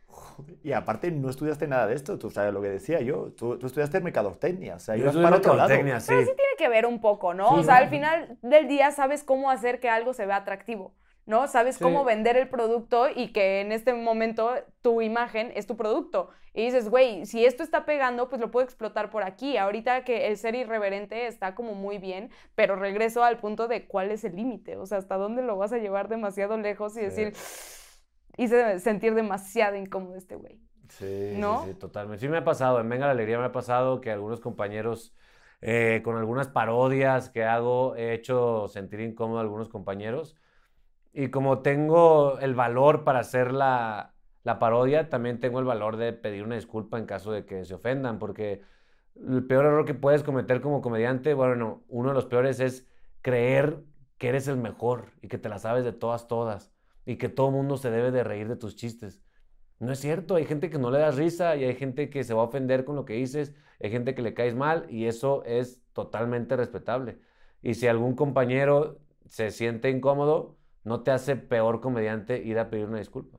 Speaker 4: Y aparte no estudiaste nada de esto, tú sabes lo que decía yo, tú, tú estudiaste mercadotecnia, o sea,
Speaker 3: Yo
Speaker 4: ibas
Speaker 3: soy
Speaker 4: para otro lado.
Speaker 3: mercadotecnia, sí.
Speaker 5: Pero sí tiene que ver un poco, ¿no?
Speaker 3: Sí,
Speaker 5: o sea,
Speaker 3: ¿no?
Speaker 5: al final del día sabes cómo hacer que algo se vea atractivo, ¿no? Sabes
Speaker 3: Sí.
Speaker 5: cómo vender el producto y que en este momento tu imagen es tu producto. Y dices, güey, si esto está pegando, pues lo puedo explotar por aquí. Ahorita que el ser irreverente está como muy bien, pero regreso al punto de cuál es el límite. O sea, hasta dónde lo vas a llevar demasiado lejos y
Speaker 3: Sí.
Speaker 5: decir, hice sentir demasiado incómodo este güey.
Speaker 3: Sí,
Speaker 5: ¿no?
Speaker 3: sí, sí, totalmente. Sí me ha pasado, en Venga la Alegría me ha pasado que algunos compañeros, eh, con algunas parodias que hago, he hecho sentir incómodo a algunos compañeros. Y como tengo el valor para hacer la, la parodia, también tengo el valor de pedir una disculpa en caso de que se ofendan, porque el peor error que puedes cometer como comediante, bueno, uno de los peores es creer que eres el mejor y que te la sabes de todas, todas, y que todo el mundo se debe de reír de tus chistes. No es cierto, hay gente que no le das risa y hay gente que se va a ofender con lo que dices, hay gente que le caes mal y eso es totalmente respetable. Y si algún compañero se siente incómodo, no te hace peor comediante ir a pedir una disculpa.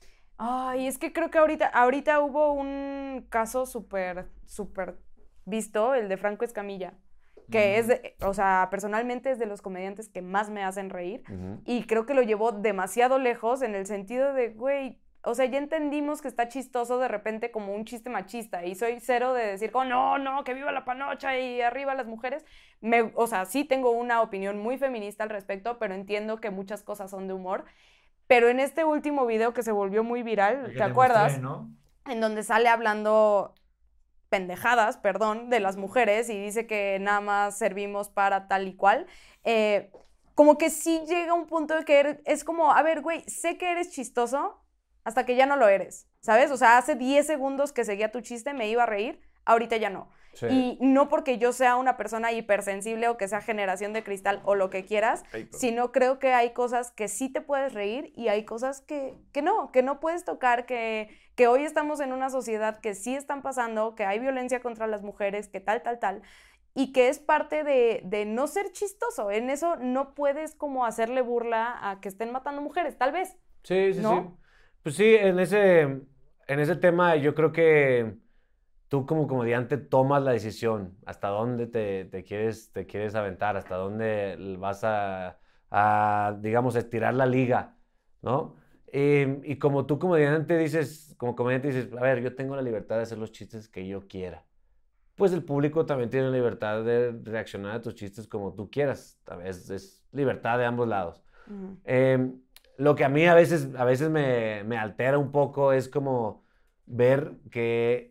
Speaker 5: Ay, es que creo que ahorita, ahorita hubo un caso súper, súper visto, el de Franco Escamilla, que es, de, o sea, personalmente es de los comediantes que más me hacen reír.
Speaker 3: Uh-huh.
Speaker 5: Y creo que lo llevó demasiado lejos en el sentido de, güey, o sea, ya entendimos que está chistoso de repente como un chiste machista y soy cero de decir, oh, no, no, que viva la panocha y arriba las mujeres. Me, o sea, sí tengo una opinión muy feminista al respecto, pero entiendo que muchas cosas son de humor. Pero en este último video que se volvió muy viral, ¿te, te acuerdas? Mostré, ¿no? En donde sale hablando pendejadas, perdón, de las mujeres y dice que nada más servimos para tal y cual. Eh, como que sí llega un punto de que es como, a ver, güey, sé que eres chistoso, hasta que ya no lo eres, ¿sabes? O sea, hace diez segundos que seguía tu chiste, me iba a reír, ahorita ya no. Sí. Y no porque yo sea una persona hipersensible o que sea generación de cristal o lo que quieras, sino creo que hay cosas que sí te puedes reír y hay cosas que, que no, que no puedes tocar, que, que hoy estamos en una sociedad que sí están pasando, que hay violencia contra las mujeres, que tal, tal, tal, y que es parte de, de no ser chistoso. En eso no puedes como hacerle burla a que estén matando mujeres, tal vez.
Speaker 3: Sí, sí,
Speaker 5: ¿no?
Speaker 3: sí. Pues sí, en ese, en ese tema yo creo que tú como comediante tomas la decisión hasta dónde te, te, quieres, te quieres aventar, hasta dónde vas a, a digamos, estirar la liga, ¿no? Y, y como tú comediante dices, como comediante dices, a ver, yo tengo la libertad de hacer los chistes que yo quiera. Pues el público también tiene la libertad de reaccionar a tus chistes como tú quieras. A veces es libertad de ambos lados. Uh-huh. Eh, Lo que a mí a veces, a veces me, me altera un poco es como ver que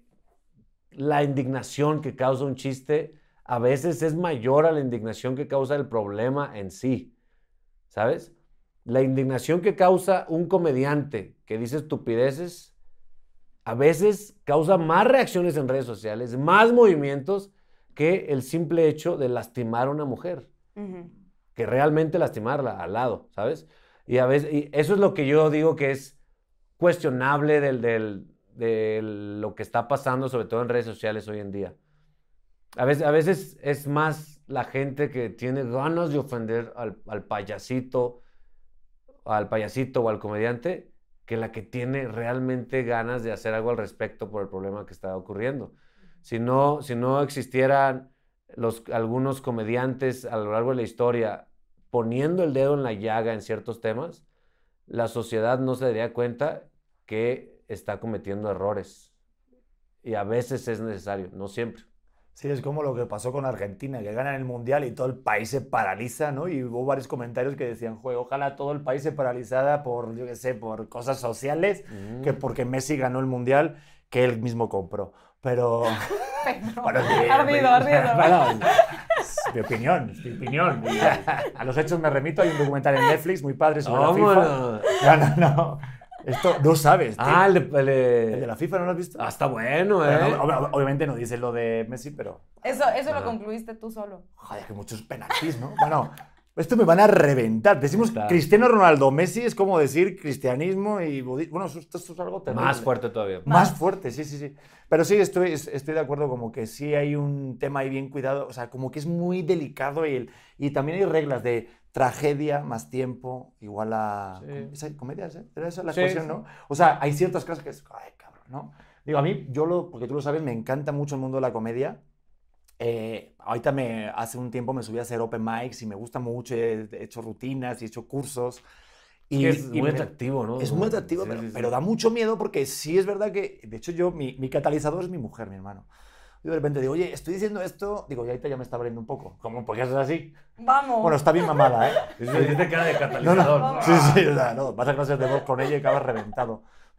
Speaker 3: la indignación que causa un chiste a veces es mayor a la indignación que causa el problema en sí, ¿sabes? La indignación que causa un comediante que dice estupideces a veces causa más reacciones en redes sociales, más movimientos que el simple hecho de lastimar a una mujer, uh-huh. que realmente lastimarla al lado, ¿sabes? Y a veces, y eso es lo que yo digo que es cuestionable del, del, de lo que está pasando, sobre todo en redes sociales hoy en día. A veces, a veces es más la gente que tiene ganas de ofender al, al payasito, al payasito o al comediante, que la que tiene realmente ganas de hacer algo al respecto por el problema que está ocurriendo. Si no, si no existieran los, algunos comediantes a lo largo de la historia poniendo el dedo en la llaga en ciertos temas, la sociedad no se daría cuenta que está cometiendo errores. Y a veces es necesario, no siempre.
Speaker 4: Sí, es como lo que pasó con Argentina, que ganan el Mundial y todo el país se paraliza, ¿no? Y hubo varios comentarios que decían, "Jue, ojalá todo el país se paralizara por, yo qué sé, por cosas sociales, mm. que porque Messi ganó el Mundial que él mismo compró." Pero...
Speaker 5: Pero bueno, ardido, ardido.
Speaker 4: Bueno, es mi opinión, es mi opinión. A los hechos me remito, hay un documental en Netflix muy padre sobre la FIFA.
Speaker 3: No,
Speaker 4: no, no. Esto no sabes, tío.
Speaker 3: Ah, el de, el, de...
Speaker 4: el de la FIFA, ¿no lo has visto?
Speaker 3: Ah, está bueno, ¿eh?
Speaker 4: Bueno, ob- obviamente no dice lo de Messi, pero...
Speaker 5: Eso, eso lo concluiste tú solo.
Speaker 4: Joder, que muchos penaltis, ¿no? Bueno, esto me van a reventar. Decimos claro. Cristiano Ronaldo, Messi es como decir cristianismo y budismo. Bueno, esto, esto es algo terrible.
Speaker 3: Más fuerte todavía.
Speaker 4: Más fuerte, sí, sí, sí. Pero sí, estoy, estoy de acuerdo como que sí hay un tema ahí bien cuidado. O sea, como que es muy delicado y, el, y también hay reglas de... tragedia más tiempo igual a... Sí. ¿Esa comedia? ¿eh? Era esa la
Speaker 3: sí,
Speaker 4: expresión,
Speaker 3: sí.
Speaker 4: ¿no? O sea, hay ciertas cosas que es... Ay, cabrón, ¿no? Digo, a mí, yo lo... Porque tú lo sabes, me encanta mucho el mundo de la comedia. Eh, ahorita me... Hace un tiempo me subí a hacer open mics y me gusta mucho. He hecho rutinas y he hecho cursos. Y,
Speaker 3: es
Speaker 4: y
Speaker 3: muy
Speaker 4: me,
Speaker 3: atractivo, ¿no?
Speaker 4: Es muy atractivo, sí, pero, sí, sí. pero da mucho miedo porque sí es verdad que... De hecho, yo... Mi, mi catalizador es mi mujer, mi hermano. Yo de repente digo, oye, estoy diciendo esto, digo, y ahorita ya me está abriendo un poco. ¿Cómo? ¿Por qué haces así?
Speaker 5: Vamos.
Speaker 4: Bueno, está bien mamada, ¿eh?
Speaker 3: Sí, te queda de catalizador.
Speaker 4: No, no. Sí, sí, o sea, no, vas a clases de voz con ella y acabas reventado.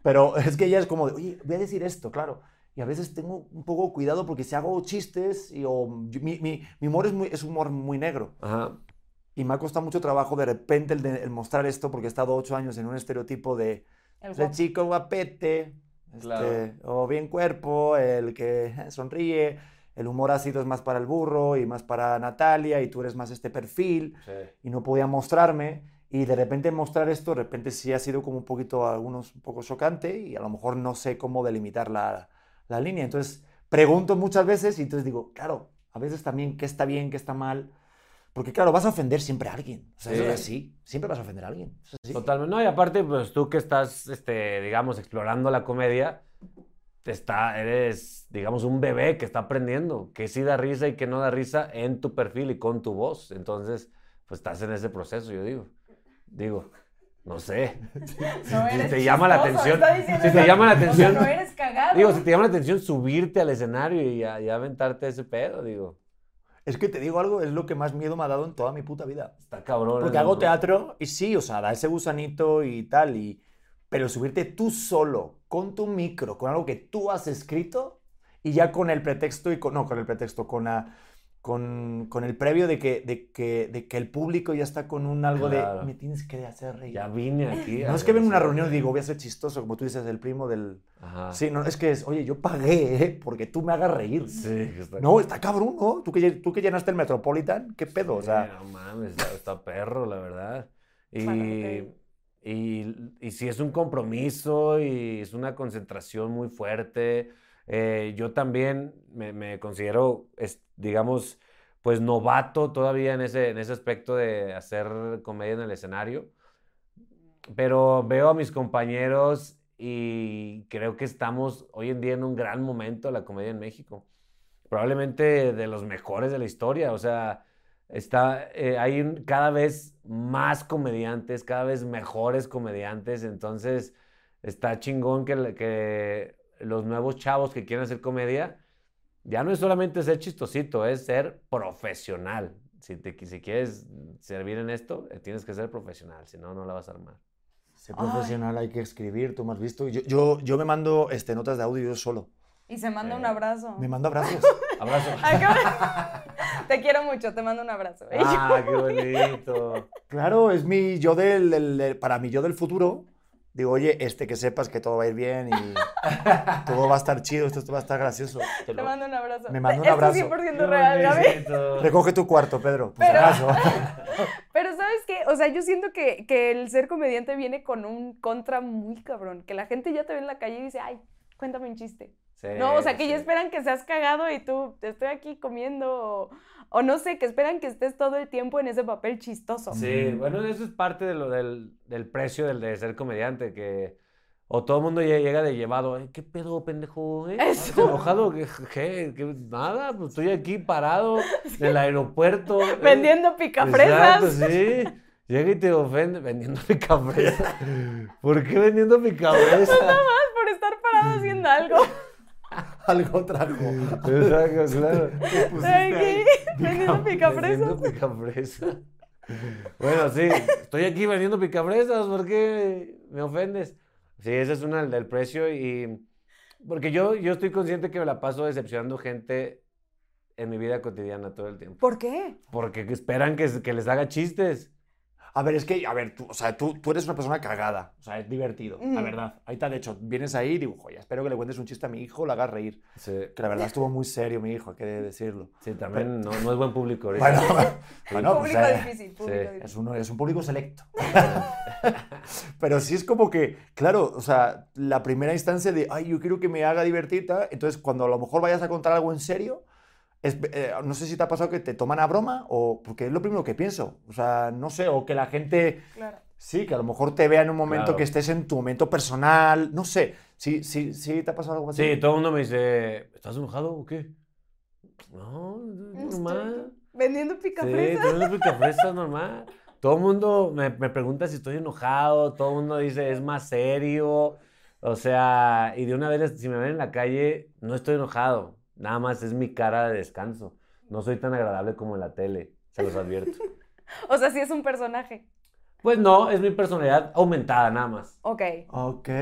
Speaker 4: Pero es que ella es como de, oye, voy a decir esto, claro. Y a veces tengo un poco cuidado porque si hago chistes, y, o, mi, mi, mi humor es, muy, es humor muy negro.
Speaker 3: Ajá.
Speaker 4: Y me ha costado mucho trabajo de repente el, de, el mostrar esto porque he estado ocho años en un estereotipo de
Speaker 5: El
Speaker 4: el
Speaker 5: guapo.
Speaker 4: chico guapete,
Speaker 3: Claro.
Speaker 4: este, o bien cuerpo, el que sonríe. El humor ácido es más para el burro y más para Natalia y tú eres más este perfil.
Speaker 3: Sí.
Speaker 4: Y no podía mostrarme. Y de repente mostrar esto, de repente sí ha sido como un poquito, a algunos un poco chocante y a lo mejor no sé cómo delimitar la, la línea. Entonces pregunto muchas veces y entonces digo, claro, a veces también qué está bien, qué está mal. Porque claro, vas a ofender siempre a alguien. O sea,
Speaker 3: Sí.
Speaker 4: eso es así. Siempre vas a ofender a alguien. Eso es así.
Speaker 3: Totalmente. No, y aparte, pues tú que estás, este, digamos, explorando la comedia, te está, eres, digamos, un bebé que está aprendiendo que sí da risa y que no da risa en tu perfil y con tu voz. Entonces, pues estás en ese proceso, yo digo. Digo, no sé.
Speaker 5: No
Speaker 3: Si
Speaker 5: eres
Speaker 3: te llama la
Speaker 5: chistoso,
Speaker 3: atención,
Speaker 5: está diciendo
Speaker 3: si te
Speaker 5: eso.
Speaker 3: llama la
Speaker 5: O sea,
Speaker 3: atención,
Speaker 5: no eres cagado.
Speaker 3: digo, si te llama la atención subirte al escenario y, a- y aventarte ese pedo, digo,
Speaker 4: Es que te digo algo, es lo que más miedo me ha dado en toda mi puta vida.
Speaker 3: está cabrón.
Speaker 4: Porque
Speaker 3: ¿no?
Speaker 4: hago teatro y sí, o sea, da ese gusanito y tal, y... pero subirte tú solo, con tu micro, con algo que tú has escrito, y ya con el pretexto, y con, no, con el pretexto, con, la, con, con el previo de que, de, que, de que el público ya está con un algo
Speaker 3: Claro.
Speaker 4: de, me tienes que hacer reír.
Speaker 3: Ya vine aquí.
Speaker 4: No es que venga una reunión y digo, voy a ser chistoso, como tú dices, el primo del...
Speaker 3: Ajá.
Speaker 4: Sí, no, es que es, oye, yo pagué, ¿eh? Porque tú me hagas reír.
Speaker 3: Sí, que está
Speaker 4: No, está cabrón, ¿no? ¿Tú que, tú que llenaste el Metropolitan, ¿qué pedo? O
Speaker 3: Sí,
Speaker 4: sea,
Speaker 3: no mames, está, está perro, la verdad. Y,
Speaker 5: Bueno, ok.
Speaker 3: y, y sí es un compromiso y es una concentración muy fuerte. Eh, yo también me, me considero, es, digamos, pues novato todavía en ese, en ese aspecto de hacer comedia en el escenario. Pero veo a mis compañeros y creo que estamos hoy en día en un gran momento de la comedia en México. Probablemente de los mejores de la historia. O sea, está, eh, hay un- cada vez más comediantes, cada vez mejores comediantes. Entonces, está chingón que, le- que los nuevos chavos que quieren hacer comedia, ya no es solamente ser chistosito, es ser profesional. Si, te, si quieres servir en esto, eh, tienes que ser profesional, si no, no la vas a armar.
Speaker 4: ser profesional hay que escribir, tú me has visto. Yo, yo, yo me mando este, notas de audio yo solo.
Speaker 5: Y se manda
Speaker 3: Eh,
Speaker 5: un abrazo.
Speaker 4: Me mando abrazos.
Speaker 3: Abrazo.
Speaker 5: Ay, qué- Te quiero mucho, te mando un abrazo.
Speaker 3: Ah, qué bonito.
Speaker 4: Claro, es mi yo del, del- del- para mi yo del futuro. Digo, oye, este, que sepas que todo va a ir bien y todo va a estar chido, esto, esto va a estar gracioso. Te
Speaker 5: Te
Speaker 4: lo-
Speaker 5: mando un abrazo.
Speaker 4: Me manda un
Speaker 5: Esto
Speaker 4: abrazo.
Speaker 5: es cien por ciento
Speaker 3: Qué
Speaker 5: real, Gaby.
Speaker 3: bonito.
Speaker 4: Recoge tu cuarto, Pedro, por si
Speaker 5: Pero-
Speaker 4: acaso.
Speaker 5: Pero ¿sabes qué? O sea, yo siento que, que el ser comediante viene con un contra muy cabrón. Que la gente ya te ve en la calle y dice, ay, cuéntame un chiste.
Speaker 3: Sí,
Speaker 5: No, o sea, que ya
Speaker 3: sí.
Speaker 5: esperan que seas cagado y tú te estoy aquí comiendo. O, o no sé, que esperan que estés todo el tiempo en ese papel chistoso.
Speaker 3: Sí, bueno, eso es parte de lo del, del precio del de ser comediante, que o todo el mundo lle- llega de llevado, "Ay, ¿qué pedo, pendejo? ¿Eh?
Speaker 5: Eso.
Speaker 3: ¿Estás enojado? ¿Qué, qué? ¿Qué? Nada, pues estoy aquí parado en el aeropuerto. ¿eh?
Speaker 5: Vendiendo picafresas.
Speaker 3: Exacto, sí. Llega y te ofende vendiendo picafresa. ¿Por qué vendiendo picafresa?
Speaker 5: Por estar parado haciendo algo.
Speaker 4: Algo trajo.
Speaker 3: Exacto, claro.
Speaker 5: Estoy aquí vendiendo picafresas.
Speaker 3: Vendiendo picafresa. Bueno, sí, estoy aquí vendiendo picafresas, ¿por qué me ofendes? Sí, ese es una del precio y... Porque yo, yo estoy consciente que me la paso decepcionando gente en mi vida cotidiana todo el tiempo.
Speaker 5: ¿Por qué?
Speaker 3: Porque esperan que, que les haga chistes.
Speaker 4: A ver, es que, a ver, tú, o sea, tú, tú eres una persona cagada, o sea, es divertido, la
Speaker 5: Mm.
Speaker 4: verdad. Ahí está, de hecho, vienes ahí y digo, joder, espero que le cuentes un chiste a mi hijo, le hagas reír.
Speaker 3: Sí,
Speaker 4: Que la verdad estuvo muy serio mi hijo, hay que decirlo.
Speaker 3: sí también no, no es buen público ahorita.
Speaker 4: Bueno, bueno, pues,
Speaker 5: Público
Speaker 4: eh,
Speaker 5: difícil, público
Speaker 3: sí.
Speaker 5: difícil.
Speaker 4: es, un, es un público selecto. Pero sí es como que, claro, o sea, la primera instancia de, ay, yo quiero que me haga divertir, tal, entonces cuando a lo mejor vayas a contar algo en serio, es- eh, no sé si te ha pasado que te toman a broma o porque es lo primero que pienso. O sea, no sé, o que la gente,
Speaker 5: Claro.
Speaker 4: sí, que a lo mejor te vea en un momento
Speaker 3: Claro.
Speaker 4: que estés en tu momento personal, no sé. Sí, sí, sí, ¿te ha pasado algo así?
Speaker 3: Sí, todo el mundo me dice, ¿estás enojado o qué? No, es
Speaker 5: Estoy
Speaker 3: normal.
Speaker 5: vendiendo
Speaker 3: Sí,
Speaker 5: picafresas.
Speaker 3: todo el picafresa normal. Todo el mundo me, me pregunta si estoy enojado, todo el mundo dice es más serio. O sea, y de una vez, si me ven en la calle, no estoy enojado. Nada más es mi cara de descanso. No soy tan agradable como en la tele, se los advierto.
Speaker 5: O sea, sí es un personaje.
Speaker 3: Pues no, es mi personalidad aumentada, nada más.
Speaker 5: Ok.
Speaker 4: Ok.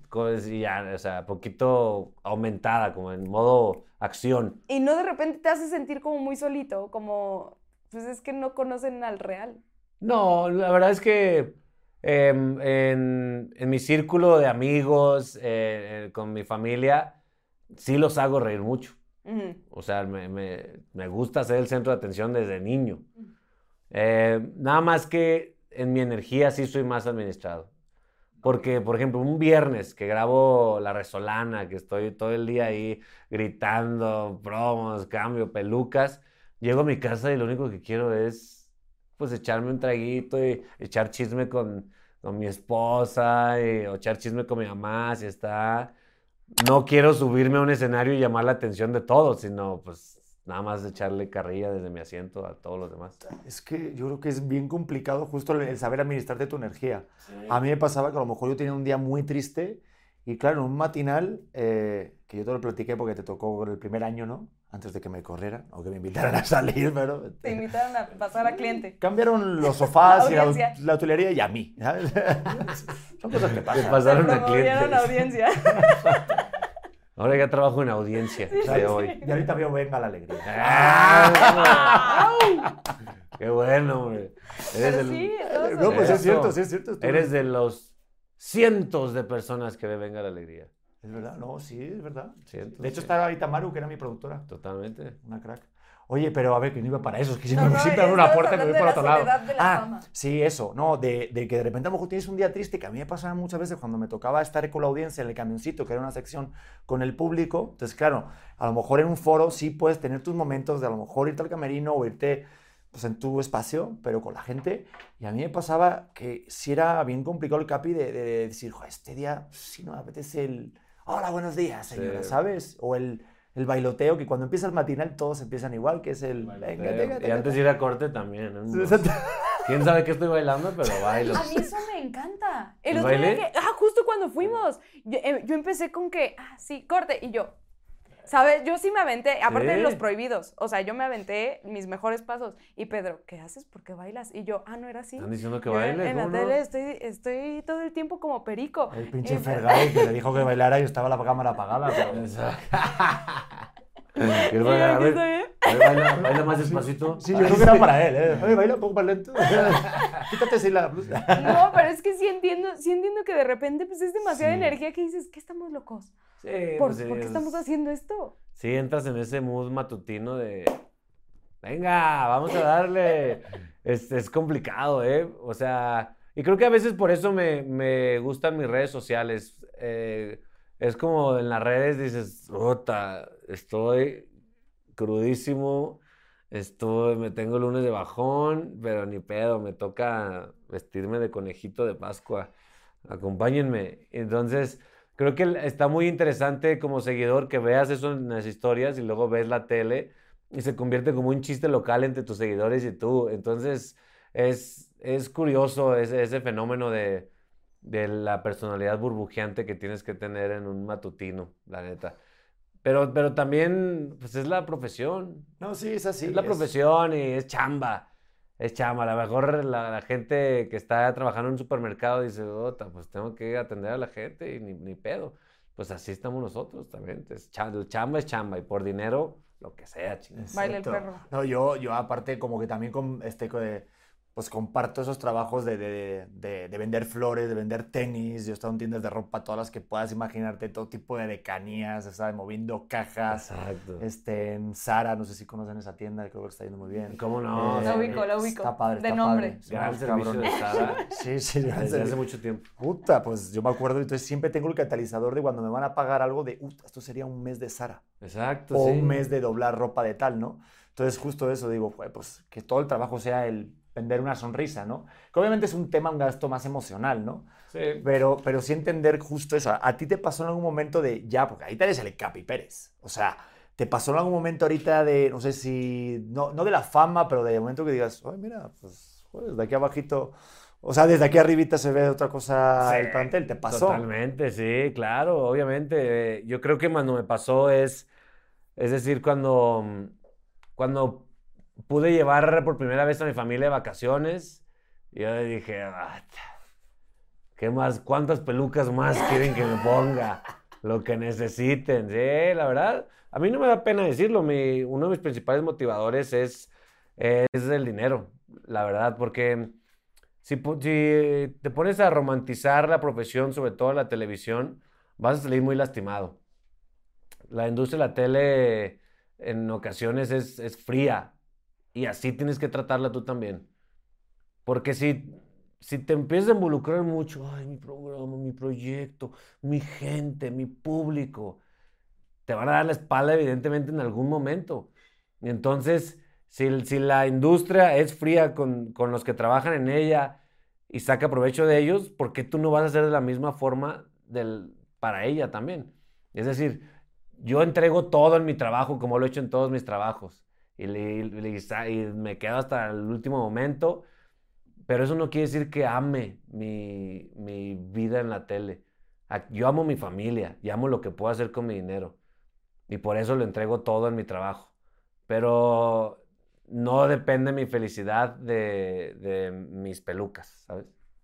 Speaker 3: cosas y ya, o sea, poquito aumentada, como en modo acción.
Speaker 5: Y no de repente te hace sentir como muy solito, como, pues es que no conocen al real.
Speaker 3: No, la verdad es que eh, en, en mi círculo de amigos, eh, eh, con mi familia, sí los hago reír mucho.
Speaker 5: Ujú.
Speaker 3: O sea, me, me, me gusta ser el centro de atención desde niño. Eh, nada más que en mi energía sí soy más administrado. Porque, por ejemplo, un viernes que grabo La Resolana, que estoy todo el día ahí gritando, promos, cambio, pelucas, llego a mi casa y lo único que quiero es, pues, echarme un traguito y echar chisme con, con mi esposa y, o echar chisme con mi mamá, si está... No quiero subirme a un escenario y llamar la atención de todos, sino, pues, nada más echarle carrilla desde mi asiento a todos los demás.
Speaker 4: Es que yo creo que es bien complicado justo el, el saber administrarte tu energía. A mí me pasaba que a lo mejor yo tenía un día muy triste y claro, en un matinal, eh, que yo te lo platiqué porque te tocó el primer año, ¿no? Antes de que me corrieran o que me invitaran a salir, pero...
Speaker 5: Te invitaron a pasar a cliente.
Speaker 4: Cambiaron los sofás y la,
Speaker 5: Audiencia.
Speaker 4: la utilería y a mí. ¿sabes? Son cosas que
Speaker 3: Me
Speaker 4: pasan.
Speaker 3: pasaron
Speaker 5: Te
Speaker 3: a
Speaker 5: promovieron
Speaker 3: clientes.
Speaker 5: audiencia.
Speaker 3: Ahora ya trabajo en audiencia de
Speaker 4: ¿sabes?
Speaker 3: hoy.
Speaker 4: Y ahorita veo Venga la Alegría.
Speaker 3: ¡Ah! ¡Qué bueno, hombre! Eres
Speaker 5: Pero
Speaker 3: el-
Speaker 5: sí, todos
Speaker 4: No, pues
Speaker 3: Eso.
Speaker 4: es cierto, sí es cierto. Tú-
Speaker 3: Eres de los cientos de personas que ve Venga la Alegría.
Speaker 4: Es verdad, no, sí, es verdad.
Speaker 3: Cientos,
Speaker 4: De hecho,
Speaker 3: sí.
Speaker 4: está ahorita Maru, que era mi productora.
Speaker 3: Totalmente.
Speaker 4: Una crack. Oye, pero a ver, que no iba para eso, es que
Speaker 5: No,
Speaker 4: siempre,
Speaker 5: no,
Speaker 4: siempre abro una
Speaker 5: estabas
Speaker 4: puerta y me voy
Speaker 5: hablando
Speaker 4: para
Speaker 5: de
Speaker 4: otro
Speaker 5: la
Speaker 4: lado.
Speaker 5: soledad de la
Speaker 4: Ah,
Speaker 5: fama.
Speaker 4: sí, eso, no, de, de que de repente a lo mejor tienes un día triste, que a mí me pasaba muchas veces cuando me tocaba estar con la audiencia en el camioncito, que era una sección con el público. Entonces, claro, a lo mejor en un foro sí puedes tener tus momentos de a lo mejor irte al camerino o irte pues, en tu espacio, pero con la gente. Y a mí me pasaba que sí era bien complicado el capi de, de decir, "Jo, este día sí no me apetece el... Hola, buenos días, señora",
Speaker 3: Sí.
Speaker 4: ¿sabes? O el... El bailoteo, que cuando empieza el matinal todos empiezan igual, que es el... Venga,
Speaker 3: Eh,
Speaker 4: venga,
Speaker 3: y
Speaker 4: venga,
Speaker 3: antes de ir a corte también. ¿no?
Speaker 4: venga. Exacto.
Speaker 3: ¿Quién sabe qué estoy bailando? Pero bailo.
Speaker 5: A mí eso me encanta. El
Speaker 3: ¿El
Speaker 5: otro día
Speaker 3: baile?
Speaker 5: que, ah, justo cuando fuimos, yo, eh, yo empecé con que, ah, sí, corte, y yo, ¿sabes? Yo sí me aventé, aparte de
Speaker 3: Sí.
Speaker 5: los prohibidos, o sea, yo me aventé mis mejores pasos. Y Pedro, ¿qué haces? ¿Por qué bailas? Y yo, ah, no era así.
Speaker 3: Están diciendo que
Speaker 5: Yo en-
Speaker 3: baile.
Speaker 5: En la
Speaker 3: ¿cómo no?
Speaker 5: tele estoy, estoy todo el tiempo como perico.
Speaker 4: El pinche
Speaker 5: Y-
Speaker 4: Fergay que le dijo que bailara y estaba la cámara apagada. Pero...
Speaker 3: ¿Quieres
Speaker 5: Sí,
Speaker 3: bailar? A
Speaker 5: aquí
Speaker 3: ver,
Speaker 5: estoy, ¿eh?
Speaker 3: a ver, baila, baila más despacito.
Speaker 4: Sí, yo creo que era para él, ¿eh? Oye, baila un poco más lento. Quítate así la blusa.
Speaker 5: No, pero es que sí entiendo, sí entiendo que de repente pues es demasiada
Speaker 3: Sí.
Speaker 5: energía que dices, ¿qué estamos locos?
Speaker 3: Sí,
Speaker 5: ¿Por,
Speaker 3: pues sí,
Speaker 5: ¿por qué
Speaker 3: es-
Speaker 5: estamos haciendo esto?
Speaker 3: Sí, entras en ese mood matutino de... Venga, vamos a darle. Es, es complicado, ¿eh? O sea, y creo que a veces por eso me, me gustan mis redes sociales. Eh, es como en las redes dices, "Ota, estoy crudísimo, estoy, me tengo lunes de bajón, pero ni pedo, me toca vestirme de conejito de Pascua. Acompáñenme". Entonces, creo que está muy interesante como seguidor que veas eso en las historias y luego ves la tele y se convierte como un chiste local entre tus seguidores y tú. Entonces, es, es curioso ese, ese fenómeno de, de la personalidad burbujeante que tienes que tener en un matutino, la neta. Pero, pero también, pues es la profesión.
Speaker 4: No, sí, es así.
Speaker 3: es la
Speaker 4: es-
Speaker 3: profesión y es chamba. Es chamba. A lo mejor la, la gente que está trabajando en un supermercado dice, "Ota, pues tengo que atender a la gente y ni, ni pedo". Pues así estamos nosotros también. Es cha- el chamba es chamba y por dinero, lo que sea, chingada.
Speaker 5: Baila el
Speaker 4: Exacto.
Speaker 5: perro.
Speaker 4: No, yo, yo aparte como que también con este, co- de- pues comparto esos trabajos de, de, de, de vender flores, de vender tenis. Yo he estado en tiendas de ropa, todas las que puedas imaginarte, todo tipo de decanías, ¿sabes? Moviendo cajas.
Speaker 3: Exacto.
Speaker 4: Este, en Zara, no sé si conocen esa tienda, creo que está yendo muy bien.
Speaker 3: ¿Cómo no?
Speaker 5: La ubico, la ubico.
Speaker 4: Está padre,
Speaker 5: De
Speaker 4: está
Speaker 5: nombre.
Speaker 4: padre. Son
Speaker 3: Gran
Speaker 4: unos
Speaker 3: servicio de
Speaker 4: cabrones.
Speaker 3: Zara
Speaker 4: Sí, sí, gran
Speaker 3: desde hace
Speaker 4: servicio.
Speaker 3: mucho tiempo.
Speaker 4: Puta, pues yo me acuerdo, entonces siempre tengo el catalizador de cuando me van a pagar algo de, "Uta, esto sería un mes de Zara,
Speaker 3: Exacto,
Speaker 4: o
Speaker 3: sí.
Speaker 4: un mes de doblar ropa de tal", ¿no? Entonces justo eso digo, "Jue, pues que todo el trabajo sea el vender una sonrisa, ¿no?". Que obviamente es un tema, un gasto más emocional, ¿no?
Speaker 3: Sí.
Speaker 4: Pero, pero sí entender justo eso. ¿A ti te pasó en algún momento de, ya, porque ahorita eres el Capi Pérez? O sea, ¿te pasó en algún momento ahorita de, no sé si, no, no de la fama, pero de momento que digas, "Ay, mira, pues, joder, desde aquí abajito, o sea, desde aquí arribita se ve otra cosa
Speaker 3: Sí,
Speaker 4: el plantel"? ¿Te pasó?
Speaker 3: Totalmente, sí, claro, obviamente. Eh, Yo creo que cuando me pasó es, es decir, cuando, mm, cuando pude llevar por primera vez a mi familia de vacaciones, yo dije, "Ah, ¿Qué más? ¿Cuántas pelucas más quieren que me ponga? Lo que necesiten. Sí, la verdad, a mí no me da pena decirlo. Mi, uno de mis principales motivadores es, es el dinero, la verdad, porque si, pu- si te pones a romantizar la profesión, sobre todo la televisión, vas a salir muy lastimado. La industria de la tele en ocasiones es, es fría y así tienes que tratarla tú también. Porque si, si te empiezas a involucrar mucho, ay, mi programa, mi proyecto, mi gente, mi público, te van a dar la espalda evidentemente en algún momento. Y entonces, si, si la industria es fría con, con los que trabajan en ella y saca provecho de ellos, ¿por qué tú no vas a hacer de la misma forma del, para ella también? Es decir, yo entrego todo en mi trabajo como lo he hecho en todos mis trabajos y, le- le- y me quedo hasta el último momento, pero eso no quiere decir que ame mi, mi vida en la tele. A- Yo amo mi familia y amo lo que puedo hacer con mi dinero y por eso lo entrego todo en mi trabajo. Pero no depende mi felicidad de, de mis pelucas, ¿sabes?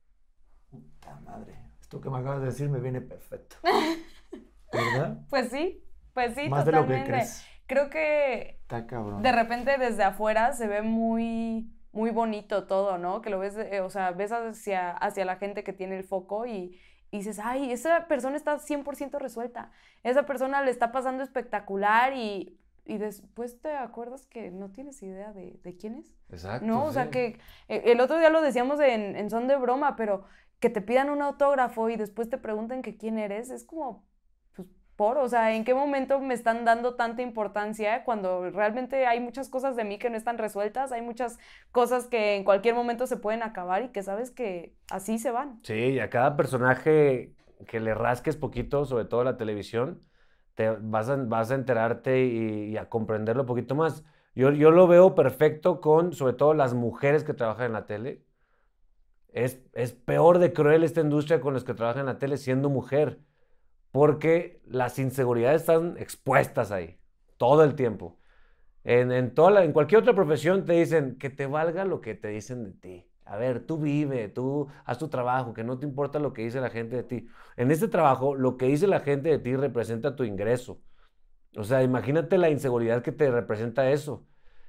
Speaker 4: Puta madre. Esto que me acabas de decir me viene perfecto. ¿Verdad?
Speaker 5: Pues sí, pues sí,
Speaker 4: Más de lo que
Speaker 5: totalmente.
Speaker 4: crees.
Speaker 5: Creo que
Speaker 4: Está cabrón.
Speaker 5: de repente desde afuera se ve muy, muy bonito todo, ¿no? Que lo ves, eh, o sea, ves hacia, hacia la gente que tiene el foco y, y dices, ay, esa persona está cien por ciento resuelta. Esa persona le está pasando espectacular y, y después te acuerdas que no tienes idea de, de quién es.
Speaker 3: Exacto.
Speaker 5: No, o sea
Speaker 3: sí.
Speaker 5: que eh, el otro día lo decíamos en, en son de broma, pero que te pidan un autógrafo y después te pregunten que quién eres, es como, pues, por, o sea, ¿en qué momento me están dando tanta importancia cuando realmente hay muchas cosas de mí que no están resueltas? Hay muchas cosas que en cualquier momento se pueden acabar y que sabes que así se van.
Speaker 3: Sí, y a cada personaje que le rasques poquito, sobre todo la televisión, te vas a, vas a enterarte y, y a comprenderlo un poquito más. Yo, yo lo veo perfecto con, sobre todo, las mujeres que trabajan en la tele. Es, es peor de cruel esta industria con los que trabajan en la tele siendo mujer, porque las inseguridades están expuestas ahí, todo el tiempo. En, en, toda la- en cualquier otra profesión te dicen que te valga lo que te dicen de ti. A ver, tú vive, tú haz tu trabajo, que no te importa lo que dice la gente de ti. En este trabajo, lo que dice la gente de ti representa tu ingreso. O sea, imagínate la inseguridad que te representa eso.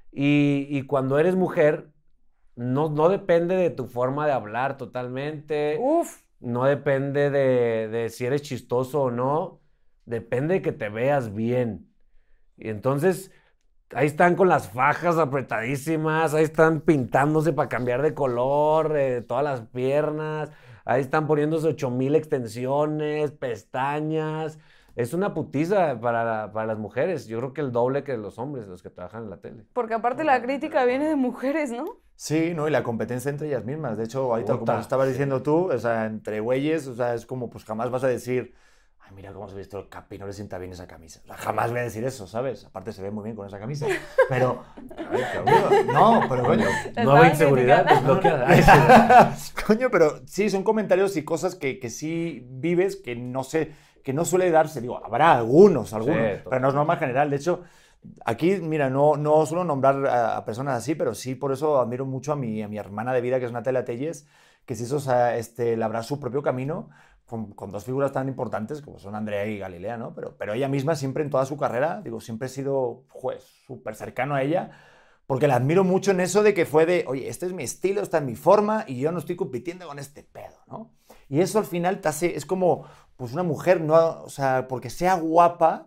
Speaker 3: Y, y cuando eres mujer, no, no depende de tu forma de hablar totalmente,
Speaker 5: Uf,
Speaker 3: no depende de, de si eres chistoso o no, depende de que te veas bien. Y entonces, ahí están con las fajas apretadísimas, ahí están pintándose para cambiar de color, eh, todas las piernas, ahí están poniéndose ocho mil extensiones, pestañas. Es una putiza para, para las mujeres. Yo creo que el doble que los hombres, los que trabajan en la tele.
Speaker 5: porque aparte la crítica viene de mujeres, ¿no?
Speaker 4: Sí, ¿no? Y la competencia entre ellas mismas. De hecho, ahorita,
Speaker 3: Puta,
Speaker 4: como estabas
Speaker 3: sí.
Speaker 4: diciendo tú, o sea, entre güeyes, o sea, es como, pues jamás vas a decir, ay, mira cómo se ha visto el Capi, no le sienta bien esa camisa. O sea, jamás voy a decir eso, ¿sabes? Aparte se ve muy bien con esa camisa. Pero,
Speaker 3: Ay, cabrón.
Speaker 4: no, pero coño.
Speaker 3: Nueva
Speaker 5: Estaban
Speaker 3: inseguridad
Speaker 5: criticando.
Speaker 3: desbloqueada. Ay, sí.
Speaker 4: Coño, pero sí, son comentarios y cosas que, que sí vives que no sé, que no suele darse. Digo, habrá algunos, algunos,
Speaker 3: Sí,
Speaker 4: pero no es norma general. De hecho, aquí, mira, no, no suelo nombrar a, a personas así, pero sí, por eso admiro mucho a mi, a mi hermana de vida, que es Natalia Telles, que si eso, o sea, este, labrar su propio camino con, con dos figuras tan importantes como son Andrea y Galilea, ¿no? Pero, pero ella misma siempre en toda su carrera, digo, siempre he sido, juez, súper cercano a ella, porque la admiro mucho en eso de que fue de, oye, este es mi estilo, esta es mi forma y yo no estoy compitiendo con este pedo, ¿no? Y eso al final te hace, es como, pues una mujer, no, o sea, porque sea guapa,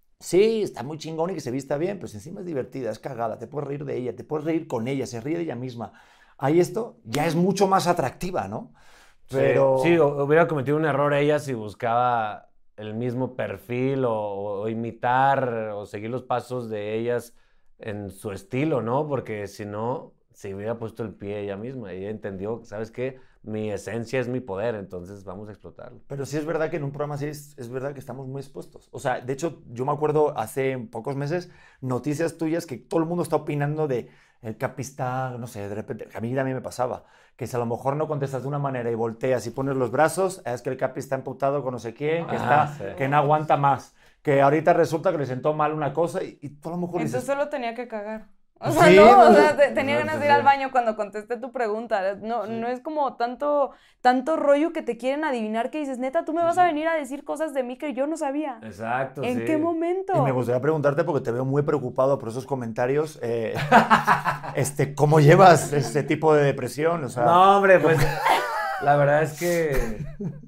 Speaker 4: sí, está muy chingón y que se vista bien, pero si encima es divertida, es cagada, te puedes reír de ella, te puedes reír con ella, se ríe de ella misma. Ahí esto ya es mucho más atractiva, ¿no? Pero...
Speaker 3: Sí, o- hubiera cometido un error ella si buscaba el mismo perfil o, o imitar o seguir los pasos de ellas en su estilo, ¿no? Porque si no, se hubiera puesto el pie ella misma. Ella entendió, ¿sabes qué? Mi esencia es mi poder, entonces vamos a explotarlo.
Speaker 4: Pero sí es verdad que en un programa así es, es verdad que estamos muy expuestos. O sea, de hecho, yo me acuerdo hace pocos meses noticias tuyas que todo el mundo está opinando de el Capi está, no sé, de repente, que a mí también me pasaba, que si a lo mejor no contestas de una manera y volteas y pones los brazos, es que el Capi está emputado con no sé quién, que,
Speaker 3: Ah,
Speaker 4: está,
Speaker 3: sí.
Speaker 4: que no aguanta más, que ahorita resulta que le sentó mal una cosa y, y tú a lo mejor
Speaker 5: Entonces
Speaker 4: dices,
Speaker 5: solo tenía que cagar. O sea,
Speaker 4: Sí,
Speaker 5: no, o
Speaker 4: no,
Speaker 5: sea, te- tenía
Speaker 3: no,
Speaker 5: ganas
Speaker 3: pues
Speaker 5: de ir al
Speaker 3: sí.
Speaker 5: baño cuando contesté tu pregunta. No, no es como tanto, tanto rollo que te quieren adivinar que dices, neta, tú me vas a venir a decir cosas de mí que yo no sabía.
Speaker 3: Exacto,
Speaker 5: ¿En
Speaker 3: sí.
Speaker 5: qué momento?
Speaker 4: Y me gustaría preguntarte, porque te veo muy preocupado por esos comentarios, eh, este, ¿cómo llevas ese tipo de depresión? O sea,
Speaker 3: No, hombre, pues la verdad es que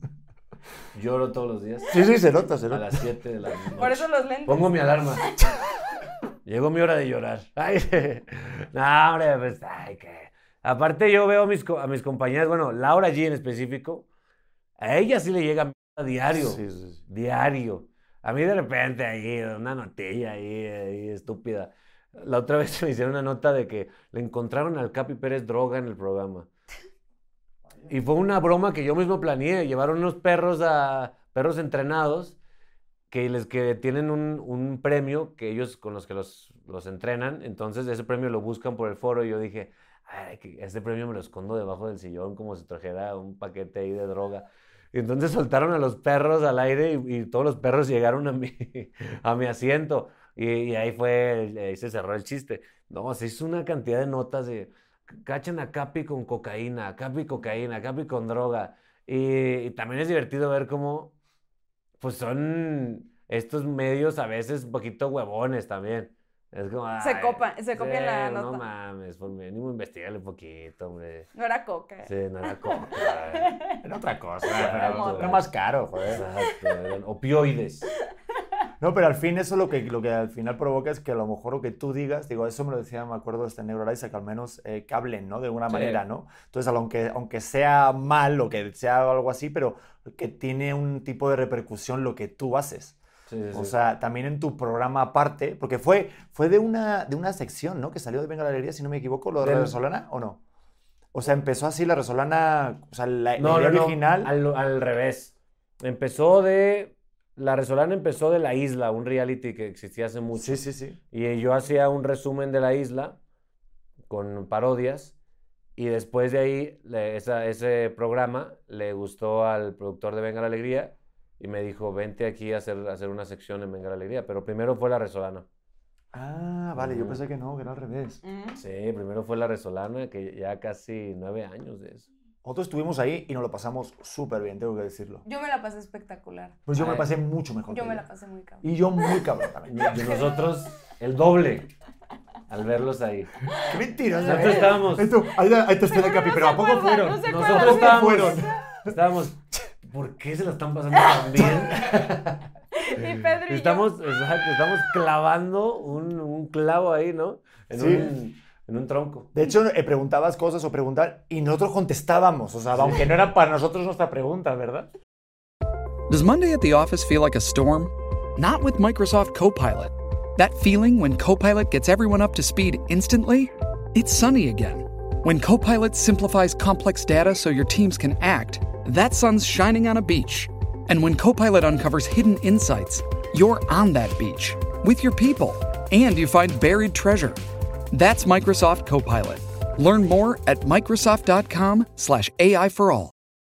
Speaker 3: lloro todos los días
Speaker 4: sí, sí, se nota, se
Speaker 3: a
Speaker 4: nota.
Speaker 3: las siete de la noche.
Speaker 5: Por eso los lentes.
Speaker 3: Pongo mi alarma. Llegó mi hora de llorar. Ay, no, hombre, pues, ay, que... Aparte yo veo a mis, co- a mis compañeras, bueno, Laura G en específico, a ella sí le llega a diario,
Speaker 4: Sí, sí, sí.
Speaker 3: diario. A mí de repente ahí, una notilla ahí, ahí estúpida. La otra vez me hicieron una nota de que le encontraron al Capi Pérez droga en el programa. Y fue una broma que yo mismo planeé. Llevaron unos perros a perros entrenados que les que tienen un, un premio que ellos con los que los, los entrenan. Entonces ese premio lo buscan por el foro y yo dije, ay, que este premio me lo escondo debajo del sillón como si trajera un paquete ahí de droga. Y entonces soltaron a los perros al aire y, y todos los perros llegaron a mi, a mi asiento. Y, y ahí fue, ahí se cerró el chiste. No, se hizo una cantidad de notas de cachan a Capi con cocaína, Capi cocaína, Capi con droga. Y, y también es divertido ver cómo, pues son estos medios a veces un poquito huevones también. Es como,
Speaker 5: Se
Speaker 3: ay,
Speaker 5: copa- se copian
Speaker 3: sí,
Speaker 5: la
Speaker 3: No
Speaker 5: nota.
Speaker 3: mames, por mínimo investigale un poquito, hombre.
Speaker 5: No era coca.
Speaker 3: Sí, no era coca.
Speaker 4: Era otra cosa,
Speaker 3: Exacto,
Speaker 4: era, era más caro, joder.
Speaker 3: Exacto, eran opioides.
Speaker 4: No, pero al fin eso lo que, lo que al final provoca es que a lo mejor lo que tú digas, digo, eso me lo decía, me acuerdo de este negro Araiza, que al menos eh, que hablen, ¿no? De alguna
Speaker 3: Sí.
Speaker 4: manera, ¿no? Entonces, aunque, aunque sea mal o que sea algo así, pero que tiene un tipo de repercusión lo que tú haces.
Speaker 3: Sí, sí,
Speaker 4: O
Speaker 3: sí.
Speaker 4: sea, también en tu programa aparte, porque fue, fue de, una, de una sección, ¿no? Que salió de Venga la Alegría, si no me equivoco, lo de la
Speaker 3: Del-
Speaker 4: Resolana, ¿o no? O sea, empezó así la Resolana, o sea, la, la
Speaker 3: No,
Speaker 4: idea
Speaker 3: no, no,
Speaker 4: original.
Speaker 3: al, al revés. Empezó de... La Resolana empezó de La Isla, un reality que existía hace mucho.
Speaker 4: Sí, sí, sí.
Speaker 3: Y yo hacía un resumen de La Isla con parodias. Y después de ahí, le- esa- ese programa le gustó al productor de Venga la Alegría y me dijo, vente aquí a hacer, a hacer una sección en Venga la Alegría. Pero primero fue La Resolana.
Speaker 4: Ah, vale, yo
Speaker 3: Ujú.
Speaker 4: pensé que no, que era al revés.
Speaker 5: Mm.
Speaker 3: Sí, primero fue La Resolana, que ya casi nueve años de eso.
Speaker 4: Nosotros estuvimos ahí y nos lo pasamos súper bien, tengo que decirlo.
Speaker 5: Yo me la pasé espectacular.
Speaker 4: Pues yo me
Speaker 3: Ay.
Speaker 4: lo pasé mucho mejor.
Speaker 5: Yo
Speaker 4: que
Speaker 5: me
Speaker 4: ella.
Speaker 5: la pasé muy cabrón.
Speaker 4: Y yo muy cabrón también.
Speaker 3: Y y nosotros, el doble, al verlos ahí.
Speaker 4: ¡Qué mentiras!
Speaker 3: Nosotros
Speaker 4: ¿eh?
Speaker 3: estábamos...
Speaker 4: Esto, ahí, ahí te espera, Capi, pero ¿a poco
Speaker 5: acuerdan,
Speaker 4: fueron?
Speaker 5: no se
Speaker 3: Nosotros
Speaker 5: acuerdan.
Speaker 3: estábamos,
Speaker 4: fueron?
Speaker 3: estábamos, ¿por qué se la están pasando tan bien?
Speaker 5: Y Pedro y yo.
Speaker 3: Estamos, exacto, estamos clavando un, un clavo ahí, ¿no? En,
Speaker 4: Sí.
Speaker 3: un, en un tronco.
Speaker 4: De hecho, eh, preguntabas cosas o preguntar y nosotros contestábamos, o sea, aunque no era para nosotros nuestra pregunta, ¿verdad?
Speaker 8: Does Monday at the office feel like a storm? Not with Microsoft Copilot. That feeling when Copilot gets everyone up to speed instantly? It's sunny again. When Copilot simplifies complex data so your teams can act, that sun's shining on a beach. And when Copilot uncovers hidden insights, you're on that beach with your people and you find buried treasure. That's Microsoft Copilot. Learn more at Microsoft.com slash AI for all.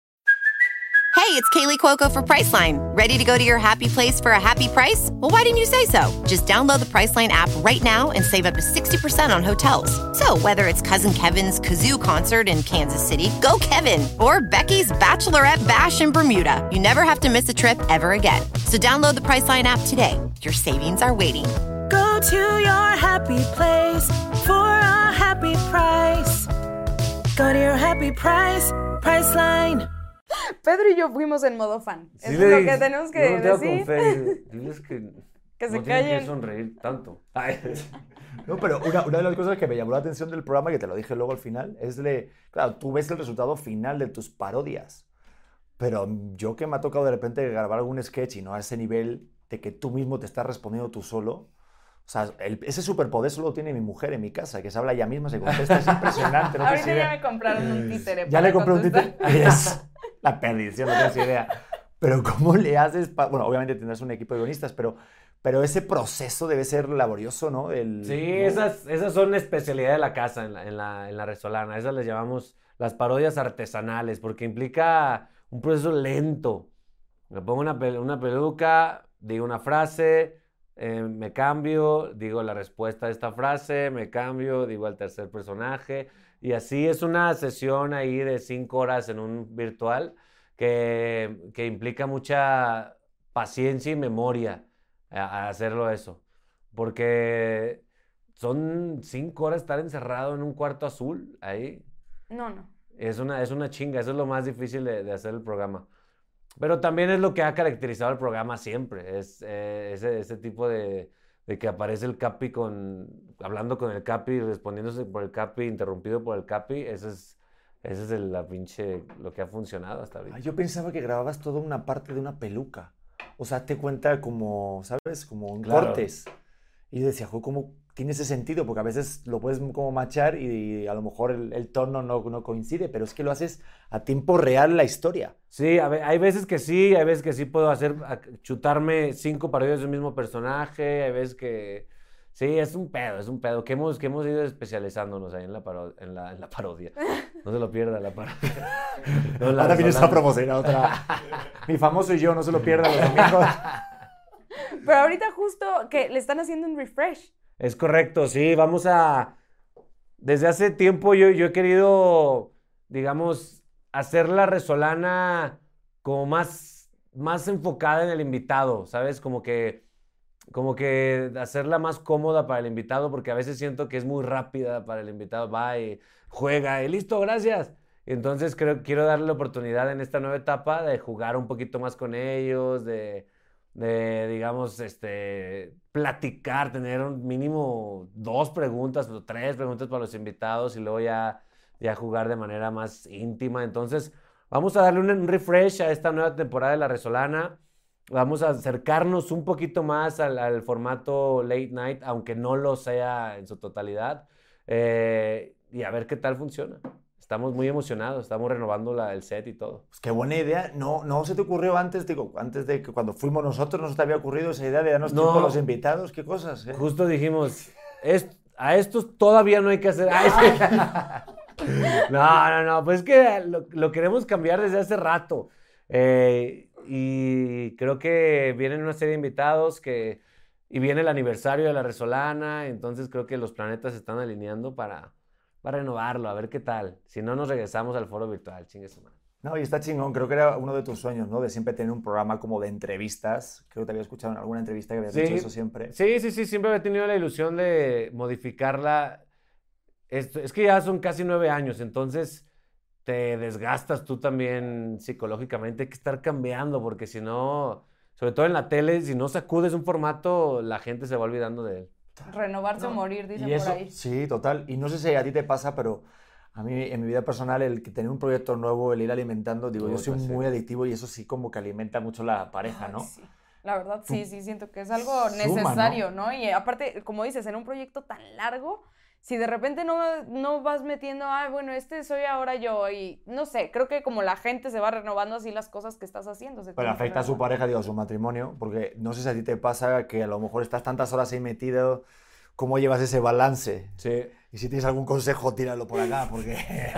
Speaker 9: Hey, it's Kaylee Cuoco for Priceline. Ready to go to your happy place for a happy price? Well, why didn't you say so? Just download the Priceline app right now and save up to sixty percent on hotels. So, whether it's Cousin Kevin's Kazoo concert in Kansas City, go Kevin, or Becky's Bachelorette Bash in Bermuda, you never have to miss a trip ever again. So, download the Priceline app today. Your savings are waiting.
Speaker 10: Go to your happy place for a happy price. Go to your happy price, Priceline.
Speaker 5: Pedro y yo fuimos en modo fan.
Speaker 3: Sí
Speaker 5: Eso
Speaker 3: le
Speaker 5: es lo
Speaker 3: dices,
Speaker 5: que tenemos que
Speaker 3: yo volteo
Speaker 5: decir.
Speaker 3: con Fer y digo, diles que,
Speaker 5: Que se
Speaker 3: no tienen
Speaker 5: callen.
Speaker 3: que sonreír tanto. Ay.
Speaker 4: No, pero una, una de las cosas que me llamó la atención del programa, que te lo dije luego al final, es de, claro, tú ves el resultado final de tus parodias, pero yo que me ha tocado de repente grabar algún sketch y no a ese nivel de que tú mismo te estás respondiendo tú solo, o sea, el- ese superpoder solo lo tiene mi mujer en mi casa, que se habla ella misma, se contesta, es impresionante, no tienes
Speaker 5: Ahorita ya
Speaker 4: idea.
Speaker 5: me compraron un títere.
Speaker 4: Ya
Speaker 5: para
Speaker 4: le compré un
Speaker 5: contestar.
Speaker 4: títere. Es la perdición, no tienes idea. Pero ¿cómo le haces? pa- Bueno, obviamente tendrás un equipo de guionistas, pero, pero ese proceso debe ser laborioso, ¿no? El,
Speaker 3: Sí,
Speaker 4: ¿no?
Speaker 3: esas, esas son especialidad de la casa en la, en la, en la Resolana. Esas les llamamos las parodias artesanales, porque implica un proceso lento. Me pongo una, pel- una peluca, digo una frase, eh, me cambio, digo la respuesta a esta frase, me cambio, digo al tercer personaje. Y así es una sesión ahí de cinco horas en un virtual que, que implica mucha paciencia y memoria a, a hacerlo eso. Porque son cinco horas estar encerrado en un cuarto azul ahí.
Speaker 5: No, no.
Speaker 3: Es una, es una chinga, eso es lo más difícil de, de hacer el programa. Pero también es lo que ha caracterizado el programa siempre, es eh, ese, ese tipo de, de que aparece el Capi con, hablando con el Capi, respondiéndose por el Capi, interrumpido por el Capi, ese es, ese es el, la pinche, lo que ha funcionado hasta ahorita.
Speaker 4: Ah, yo pensaba que grababas toda una parte de una peluca. O sea, te cuenta como, ¿sabes? Como en
Speaker 3: Claro.
Speaker 4: cortes. Y yo decía, "Jo, ¿cómo tiene ese sentido?" Porque a veces lo puedes como machar y, a lo mejor el, el tono no, no coincide, pero es que lo haces a tiempo real la historia.
Speaker 3: Sí, a ve- hay veces que sí, hay veces que sí puedo hacer, a- chutarme cinco parodias del mismo personaje, hay veces que... Sí, es un pedo, es un pedo, que hemos, que hemos ido especializándonos ahí en la, paro- en la, en la parodia. No se lo pierda la parodia. No, la
Speaker 4: Ahora vienes a
Speaker 3: resolana.
Speaker 4: promocionar otra. Mi famoso y yo, no se lo pierdan los domingos.
Speaker 5: Pero ahorita justo que le están haciendo un refresh.
Speaker 3: Es correcto, sí, vamos a... Desde hace tiempo yo, yo he querido, digamos, hacer la resolana como más, más enfocada en el invitado, ¿sabes? Como que, como que hacerla más cómoda para el invitado, porque a veces siento que es muy rápida para el invitado, va y juega y listo, gracias. Entonces creo, quiero darle la oportunidad en esta nueva etapa de jugar un poquito más con ellos, de, de digamos, este, platicar, tener un mínimo dos preguntas o tres preguntas para los invitados y luego ya, ya jugar de manera más íntima. Entonces, vamos a darle un, un refresh a esta nueva temporada de La Resolana. Vamos a acercarnos un poquito más al, al formato late night, aunque no lo sea en su totalidad, eh, y a ver qué tal funciona. Estamos muy emocionados, estamos renovando la, el set y todo.
Speaker 4: Pues qué buena idea. No, no se te ocurrió antes, digo, antes de que cuando fuimos nosotros, no se te había ocurrido esa idea de darnos
Speaker 3: No.
Speaker 4: tiempo a los invitados. ¿Qué cosas? eh?
Speaker 3: Justo dijimos, es, a estos todavía no hay que hacer... Ay, sí. No, no, no, pues es que lo, lo queremos cambiar desde hace rato. Eh, y creo que vienen una serie de invitados que, y viene el aniversario de La Resolana, entonces creo que los planetas se están alineando para, para renovarlo, a ver qué tal. Si no, nos regresamos al foro virtual, chingue su madre.
Speaker 4: No, y está chingón. Creo que era uno de tus sueños, ¿no? De siempre tener un programa como de entrevistas. Creo que te había escuchado en alguna entrevista que habías
Speaker 3: Sí.
Speaker 4: dicho eso siempre.
Speaker 3: Sí, sí, sí, siempre he tenido la ilusión de modificarla. Esto- es que ya son casi nueve años, entonces te desgastas tú también psicológicamente. Hay que estar cambiando, porque si no, sobre todo en la tele, si no sacudes un formato, la gente se va olvidando de él.
Speaker 5: Renovarse o morir, dicen
Speaker 4: Y eso,
Speaker 5: por ahí.
Speaker 4: sí, total. Y no sé si a ti te pasa, pero a mí en mi vida personal el que tener un proyecto nuevo, el ir alimentando, digo, yo
Speaker 3: Puta,
Speaker 4: soy
Speaker 3: sí.
Speaker 4: muy adictivo y eso sí como que alimenta mucho la pareja, ¿no?
Speaker 5: Ay, sí. La verdad, sí, sí, siento que es algo
Speaker 4: Suma,
Speaker 5: necesario, ¿no? Y aparte, como dices, en un proyecto tan largo, si de repente no, no vas metiendo, ah, bueno, este soy ahora yo, y no sé, creo que como la gente se va renovando así las cosas que estás haciendo. Se
Speaker 4: Pero
Speaker 5: tienen que
Speaker 4: afecta a su
Speaker 5: renovar.
Speaker 4: pareja, digo, a su matrimonio, porque no sé si a ti te pasa que a lo mejor estás tantas horas ahí metido, ¿cómo llevas ese balance?
Speaker 3: Sí.
Speaker 4: Y si tienes algún consejo, tíralo por acá, porque...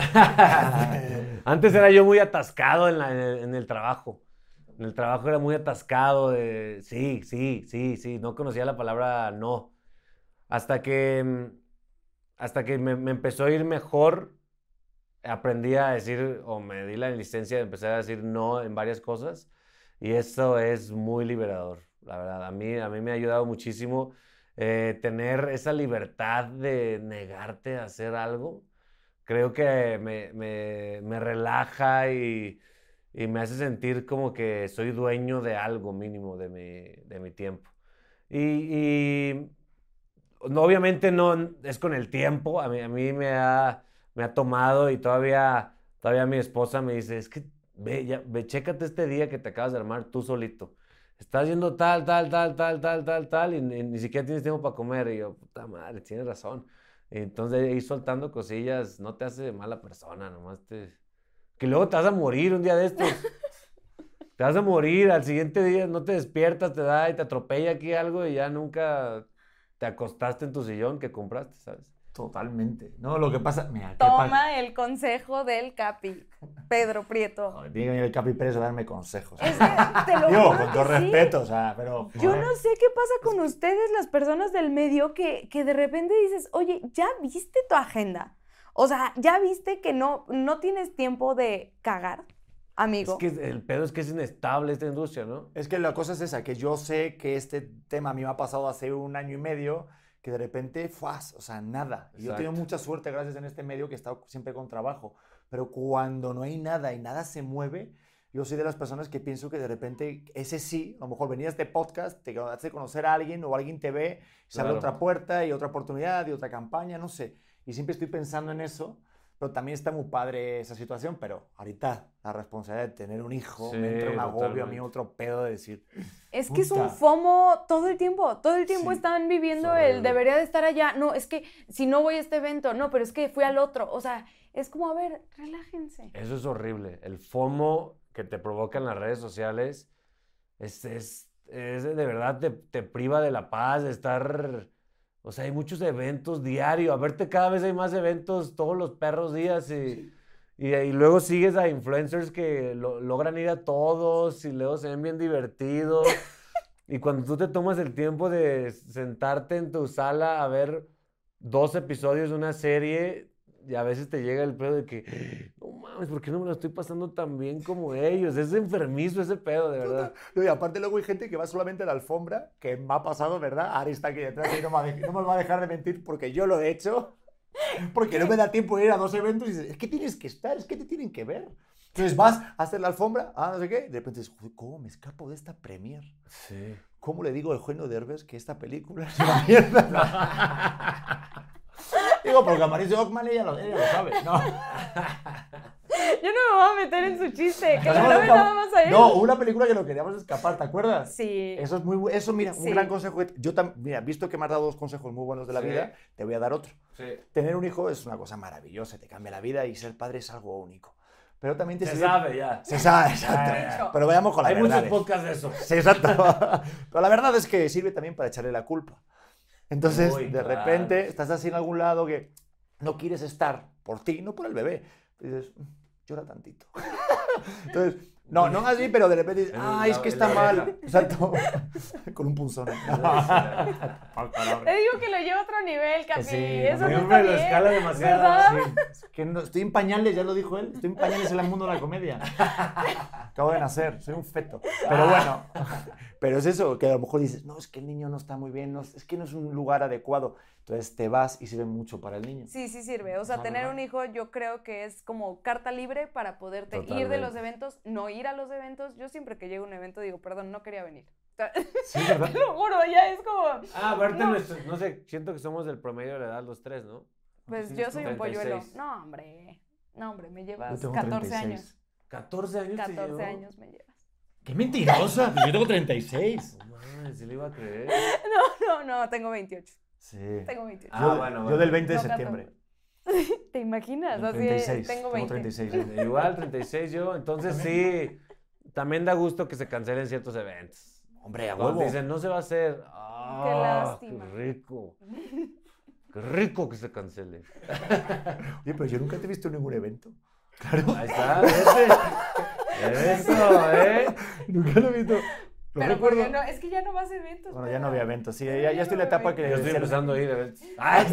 Speaker 3: Antes era yo muy atascado en, la- en el, en el trabajo. En el trabajo era muy atascado de sí, sí, sí, sí. No conocía la palabra no. Hasta que, mm, hasta que me, me empezó a ir mejor, aprendí a decir, o me di la licencia de empezar a decir no en varias cosas. Y eso es muy liberador, la verdad. A mí, a mí me ha ayudado muchísimo eh, tener esa libertad de negarte a hacer algo. Creo que me, me- me relaja y, y me hace sentir como que soy dueño de algo mínimo de mi, de mi tiempo. Y, y no, obviamente no es con el tiempo, a mí, a mí me ha, me ha tomado y todavía, todavía mi esposa me dice, es que ve, ya, ve, chécate este día que te acabas de armar tú solito. Estás haciendo tal, tal, tal, tal, tal, tal, tal, y, ni ni siquiera tienes tiempo para comer. Y yo, puta madre, tienes razón. Entonces, ir soltando cosillas no te hace mala persona, nomás te... Que luego te vas a morir un día de estos. Te vas a morir, al siguiente día no te despiertas, te da y te atropella aquí algo y ya nunca te acostaste en tu sillón que compraste, ¿sabes?
Speaker 4: Totalmente. No, lo que pasa... Mira, ¿qué
Speaker 5: Toma
Speaker 4: pasa?
Speaker 5: el consejo del Capi, Pedro Prieto.
Speaker 4: Joder, tiene que venir el Capi Pérez a darme consejos.
Speaker 5: Es que, te lo
Speaker 4: Digo,
Speaker 5: juro
Speaker 4: con
Speaker 5: que
Speaker 4: todo
Speaker 5: sí.
Speaker 4: respeto, o sea, pero...
Speaker 5: Yo
Speaker 4: joder.
Speaker 5: no sé qué pasa con ustedes, las personas del medio, que, que de repente dices, oye, ¿ya viste tu agenda? O sea, ¿ya viste que no, no tienes tiempo de cagar, amigo?
Speaker 3: Es que el pedo es que es inestable esta industria, ¿no?
Speaker 4: Es que la cosa es esa, que yo sé que este tema a mí me ha pasado hace un año y medio, que de repente, ¡fuas! O sea, nada. Y yo he tenido
Speaker 3: Exacto.
Speaker 4: mucha suerte gracias en este medio que he estado siempre con trabajo. Pero cuando no hay nada y nada se mueve, yo soy de las personas que pienso que de repente ese sí, a lo mejor venía a este podcast, te hace conocer a alguien o alguien te ve, se abre
Speaker 3: Claro.
Speaker 4: otra puerta y otra oportunidad y otra campaña, no sé. Y siempre estoy pensando en eso. Pero también está muy padre esa situación, pero ahorita la responsabilidad de tener un hijo,
Speaker 3: Sí,
Speaker 4: me entra un agobio, a mí
Speaker 3: totalmente.
Speaker 4: otro pedo de decir...
Speaker 5: Es que es un
Speaker 4: Puta.
Speaker 5: FOMO todo el tiempo, todo el tiempo
Speaker 4: Sí,
Speaker 5: están viviendo
Speaker 3: es
Speaker 5: el
Speaker 3: horrible.
Speaker 5: debería de estar allá, no, es que si no voy a este evento, no, pero es que fui al otro, o sea, es como, a ver, relájense.
Speaker 3: Eso es horrible. El FOMO que te provocan las redes sociales es, es, es de verdad, te, te priva de la paz, de estar... O sea, hay muchos eventos diarios. A verte cada vez hay más eventos todos los perros días y, y, y luego sigues a influencers que lo- logran ir a todos y luego se ven bien divertidos. Y cuando tú te tomas el tiempo de sentarte en tu sala a ver dos episodios de una serie, y a veces te llega el pedo de que, no mames, ¿por qué no me lo estoy pasando tan bien como ellos? Es enfermizo ese pedo, de verdad.
Speaker 4: No, y aparte luego hay gente que va solamente a la alfombra, que me ha pasado, ¿verdad? Ari está aquí detrás y no me, va a de- no me va a dejar de mentir porque yo lo he hecho. Porque no me da tiempo de ir a dos eventos y dices, es que tienes que estar, es que te tienen que ver. Entonces vas a hacer la alfombra, ah, no sé qué, y de repente dices, "Joder, ¿cómo me escapo de esta premier?
Speaker 3: Sí.
Speaker 4: ¿Cómo le digo a Eugenio Derbez que esta película es una mierda?" Digo, porque a Mauricio Ockman ella lo, ella lo sabe, ¿no?
Speaker 5: Yo no me voy a meter en su chiste, que
Speaker 4: Nos
Speaker 5: lo
Speaker 4: hemos
Speaker 5: grabe
Speaker 4: escapado-
Speaker 5: nada más a él.
Speaker 4: No, una película que lo queríamos escapar, ¿te acuerdas?
Speaker 5: Sí.
Speaker 4: Eso es muy bu- eso, mira, un
Speaker 5: Sí.
Speaker 4: gran consejo. que- Yo tam- mira, visto que me has dado dos consejos muy buenos de la
Speaker 3: Sí.
Speaker 4: vida, te voy a dar otro.
Speaker 3: Sí.
Speaker 4: Tener un hijo es una cosa maravillosa, te cambia la vida y ser padre es algo único. Pero también te
Speaker 3: Se
Speaker 4: sirve-
Speaker 3: sabe ya.
Speaker 4: Se sabe, exacto.
Speaker 3: Ya.
Speaker 4: Pero vayamos con la
Speaker 3: Hay
Speaker 4: verdad.
Speaker 3: muchos podcasts de eso.
Speaker 4: Sí, exacto. Pero la verdad es que sirve también para echarle la culpa. Entonces,
Speaker 3: Uy,
Speaker 4: de
Speaker 3: claro.
Speaker 4: repente, estás así en algún lado que no quieres estar por ti, no por el bebé. Y dices, "Mm, llora tantito." Entonces, no, no así, pero de repente dices,
Speaker 3: En
Speaker 4: "Ah,
Speaker 3: la-
Speaker 4: es que
Speaker 3: en
Speaker 4: está
Speaker 3: la
Speaker 4: mal."
Speaker 3: oreja.
Speaker 4: Exacto. Con un punzón.
Speaker 5: Te digo que lo lleva a otro nivel, Capi.
Speaker 3: Sí,
Speaker 5: Eso no
Speaker 3: siempre
Speaker 5: está
Speaker 3: lo
Speaker 5: bien.
Speaker 3: escala demasiado.
Speaker 5: ¿Verdad?
Speaker 4: Sí, que no- estoy en pañales, ya lo dijo él. Estoy en pañales en el mundo de la comedia. Acabo de nacer, soy un feto. Pero bueno, pero es eso, que a lo mejor dices, no, es que el niño no está muy bien, no, es que no es un lugar adecuado. Entonces te vas y sirve mucho para el niño.
Speaker 5: Sí, sí sirve. O sea,
Speaker 3: No,
Speaker 5: tener
Speaker 3: no.
Speaker 5: un hijo yo creo que es como carta libre para poderte ir de
Speaker 3: Totalmente.
Speaker 5: los eventos, no ir a los eventos. Yo siempre que llego a un evento digo, perdón, no quería venir.
Speaker 4: Sí, ¿verdad?
Speaker 5: Te lo juro, ya es como...
Speaker 3: Ah, aparte,
Speaker 5: No.
Speaker 3: nuestro- no sé, siento que somos del promedio de la edad los tres, ¿no?
Speaker 5: Pues
Speaker 3: Sí,
Speaker 5: yo
Speaker 3: es
Speaker 5: soy un
Speaker 3: treinta y
Speaker 5: polluelo.
Speaker 3: seis.
Speaker 5: No, hombre. No, hombre, me
Speaker 4: Yo
Speaker 5: llevas
Speaker 4: tengo
Speaker 5: catorce
Speaker 4: treinta y
Speaker 5: años.
Speaker 4: seis.
Speaker 3: catorce años te
Speaker 5: catorce
Speaker 3: llevó.
Speaker 5: años me llevas.
Speaker 4: ¡Qué mentirosa! Yo tengo treinta y seis.
Speaker 3: No mames, sí le iba a creer.
Speaker 5: No, no, tengo veintiocho.
Speaker 4: Sí.
Speaker 5: Tengo veintiocho.
Speaker 3: Ah,
Speaker 4: yo,
Speaker 3: bueno,
Speaker 4: yo
Speaker 3: bueno.
Speaker 4: del veinte de
Speaker 5: No,
Speaker 4: septiembre.
Speaker 5: ¿Te imaginas?
Speaker 4: Del
Speaker 5: Así
Speaker 4: treinta y
Speaker 5: es,
Speaker 4: seis.
Speaker 5: tengo veinte.
Speaker 4: treinta y seis.
Speaker 3: Igual, treinta y seis yo. Entonces sí, también da gusto que se cancelen ciertos eventos.
Speaker 4: Hombre, a
Speaker 3: Cuando
Speaker 4: huevo.
Speaker 3: dicen, no se va a hacer. Ah,
Speaker 5: Qué lástima.
Speaker 3: Qué rico. Qué rico que se cancele.
Speaker 4: Oye, pero yo nunca te he visto en ningún evento. Claro.
Speaker 3: Ahí está, ¿viste? Eso, ¿eh?
Speaker 4: Nunca lo he visto. Lo
Speaker 5: Pero
Speaker 4: recuerdo.
Speaker 5: porque no, es que ya no vas a eventos.
Speaker 4: Bueno, ya no
Speaker 5: Pedro.
Speaker 4: había eventos. Sí,
Speaker 5: Pero
Speaker 4: ya,
Speaker 5: ya
Speaker 4: ya estoy en
Speaker 5: no
Speaker 4: la etapa
Speaker 5: había
Speaker 4: que...
Speaker 3: Yo estoy
Speaker 4: ser-
Speaker 3: empezando a ir a eventos. Ay,